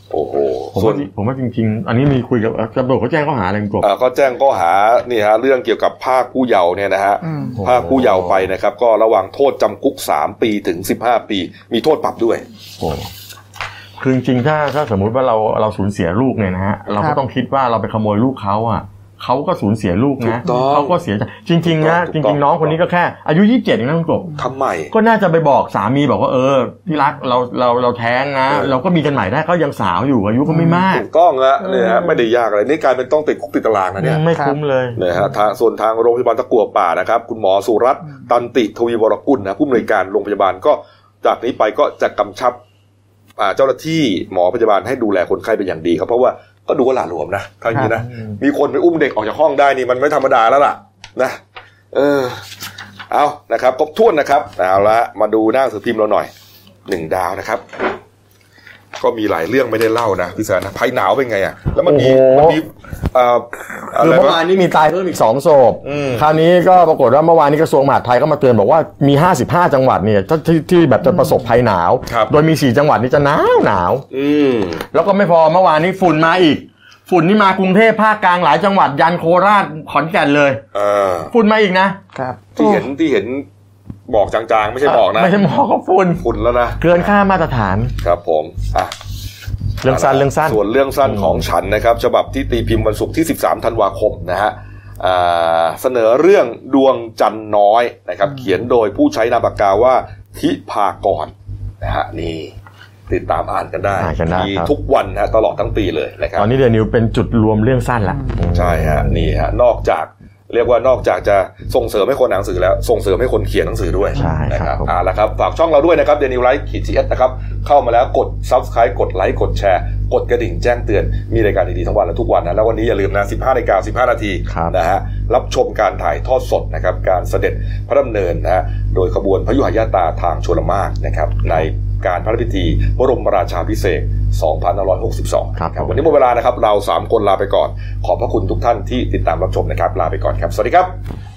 โอ้โหผมว่าผมว่าจริงๆอันนี้มีคุยกับตำรวจเขาแจ้งข้อหาอะไรกบอ่าก็แจ้งข้อหานี่ฮะเรื่องเกี่ยวกับภาคผู้เยาว์เนี่ยนะฮะภาคผู้เยาว์ไปนะครับก็ระวังโทษจำคุกสามปีถึงสิบห้าปีมีโทษปรับด้วยโอ้คือจริงๆถ้าถ้าสมมุติว่าเราเราสูญเสียลูกเนี่ยนะฮะเราก็ต้องคิดว่าเราไปขโมยลูกเขาอ่ะเขาก็สูญเสียลูกนะเขาก็เสียใจจริงๆนะจริงๆน้องคนนี้ก็แค่อายุยี่สิบเจ็ดเองนะคุณกบทำไมก็น่าจะไปบอกสามีบอกว่าเออที่รักเราเราเราแท้งนะเราก็มีกันใหม่ได้เขายังสาวอยู่อายุก็ไม่มากถูกต้องฮะเนี่ยฮะไม่ได้ยากอะไรนี่กลายเป็นต้องติดคุกติดตารางนะเนี่ยไม่คุ้มเลยเนี่ยฮะทางส่วนทางโรงพยาบาลตะกั่วป่านะครับคุณหมอสุรัตน์ตันติทวีวรกุลนะผู้อำนวยการโรงพยาบาลก็จากนี้ไปก็จะกำชับเจ้าหน้าที่หมอพยาบาลให้ดูแลคนไข้เป็นอย่างดีครับเพราะว่าก็ดูว่าหละหลวมนะทั้งนี้นะมีคนไปอุ้มเด็กออกจากห้องได้นี่มันไม่ธรรมดาแล้วล่ะนะเออเอานะครับครบถ้วนนะครับเอาละมาดูหน้าหนังสือพิมพ์เราหน่อยหนึ่งดาวนะครับก็มีหลายเรื่องไม่ได้เล่านะพี่แซนนะภัยหนาวเป็นไงอ่ะแล้วมันมีมันมีเอ่อคือเมื่อวานนี้มีตายเพิ่มอีกสองศพคราวนี้ก็ปรากฏว่าเมื่อวานนี้กระทรวงมหาดไทยก็มาเตือนบอกว่ามีห้าสิบห้าจังหวัดเนี่ยที่ที่แบบจะประสบภัยหนาวโดยมีสี่จังหวัดนี้จะหนาวหนาวแล้วก็ไม่พอเมื่อวานนี้ฝุ่นมาอีกฝุ่นนี่มากรุงเทพภาคกลางหลายจังหวัดยันโคราชขอนแก่นเลยฝุ่นมาอีกนะครับที่เห็นที่เห็นบอกจางๆไม่ใช่บอกนะไม่ใช่หมอกก็ฝุ่นฝุ่นแล้วนะเกินค่ามาตรฐานครับผมอ่ะเรื่องสั้นเรื่องสั้นส่วนเรื่องสั้นของฉันนะครับฉบับที่ตีพิมพ์วันศุกร์ที่สิบสามธันวาคมนะฮะเสนอเรื่องดวงจันทร์น้อยนะครับเขียนโดยผู้ใช้นามปากกาว่าทิภากรนะฮะนี่ติดตามอ่านกันได้มีทุกวันนะตลอดทั้งปีเลยนะครับตอนนี้เดนิวเป็นจุดรวมเรื่องสั้นละใช่ฮะนี่ฮะนอกจากเรียกว่านอกจากจะส่งเสริมให้คนอ่านหนังสือแล้วส่งเสริมให้คนเขียนหนังสือด้วยนะครับอ่าแล้วครับฝากช่องเราด้วยนะครับ Daniel Live ขีด จี เอส นะครับเข้ามาแล้วกด Subscribe กดไลค์กดแชร์กดกระดิ่งแจ้งเตือนมีรายการดีๆทั้งวันและทุกวันนะแล้ววันนี้อย่าลืมนะ สิบห้านาฬิกาสิบห้านาทีนะฮะรับชมการถ่ายทอดสดนะครับการเสด็จพระดำเนินนะฮะโดยขบวนพยุหญาตราทางชลมารนะครับในการพระราชพิธีบรมราชาภิเษกสองพันห้าร้อยหกสิบสองครับวันนี้หมดเวลานะครับเราสามคนลาไปก่อนขอบพระคุณทุกท่านที่ติดตามรับชมนะครับลาไปก่อนครับสวัสดีครับ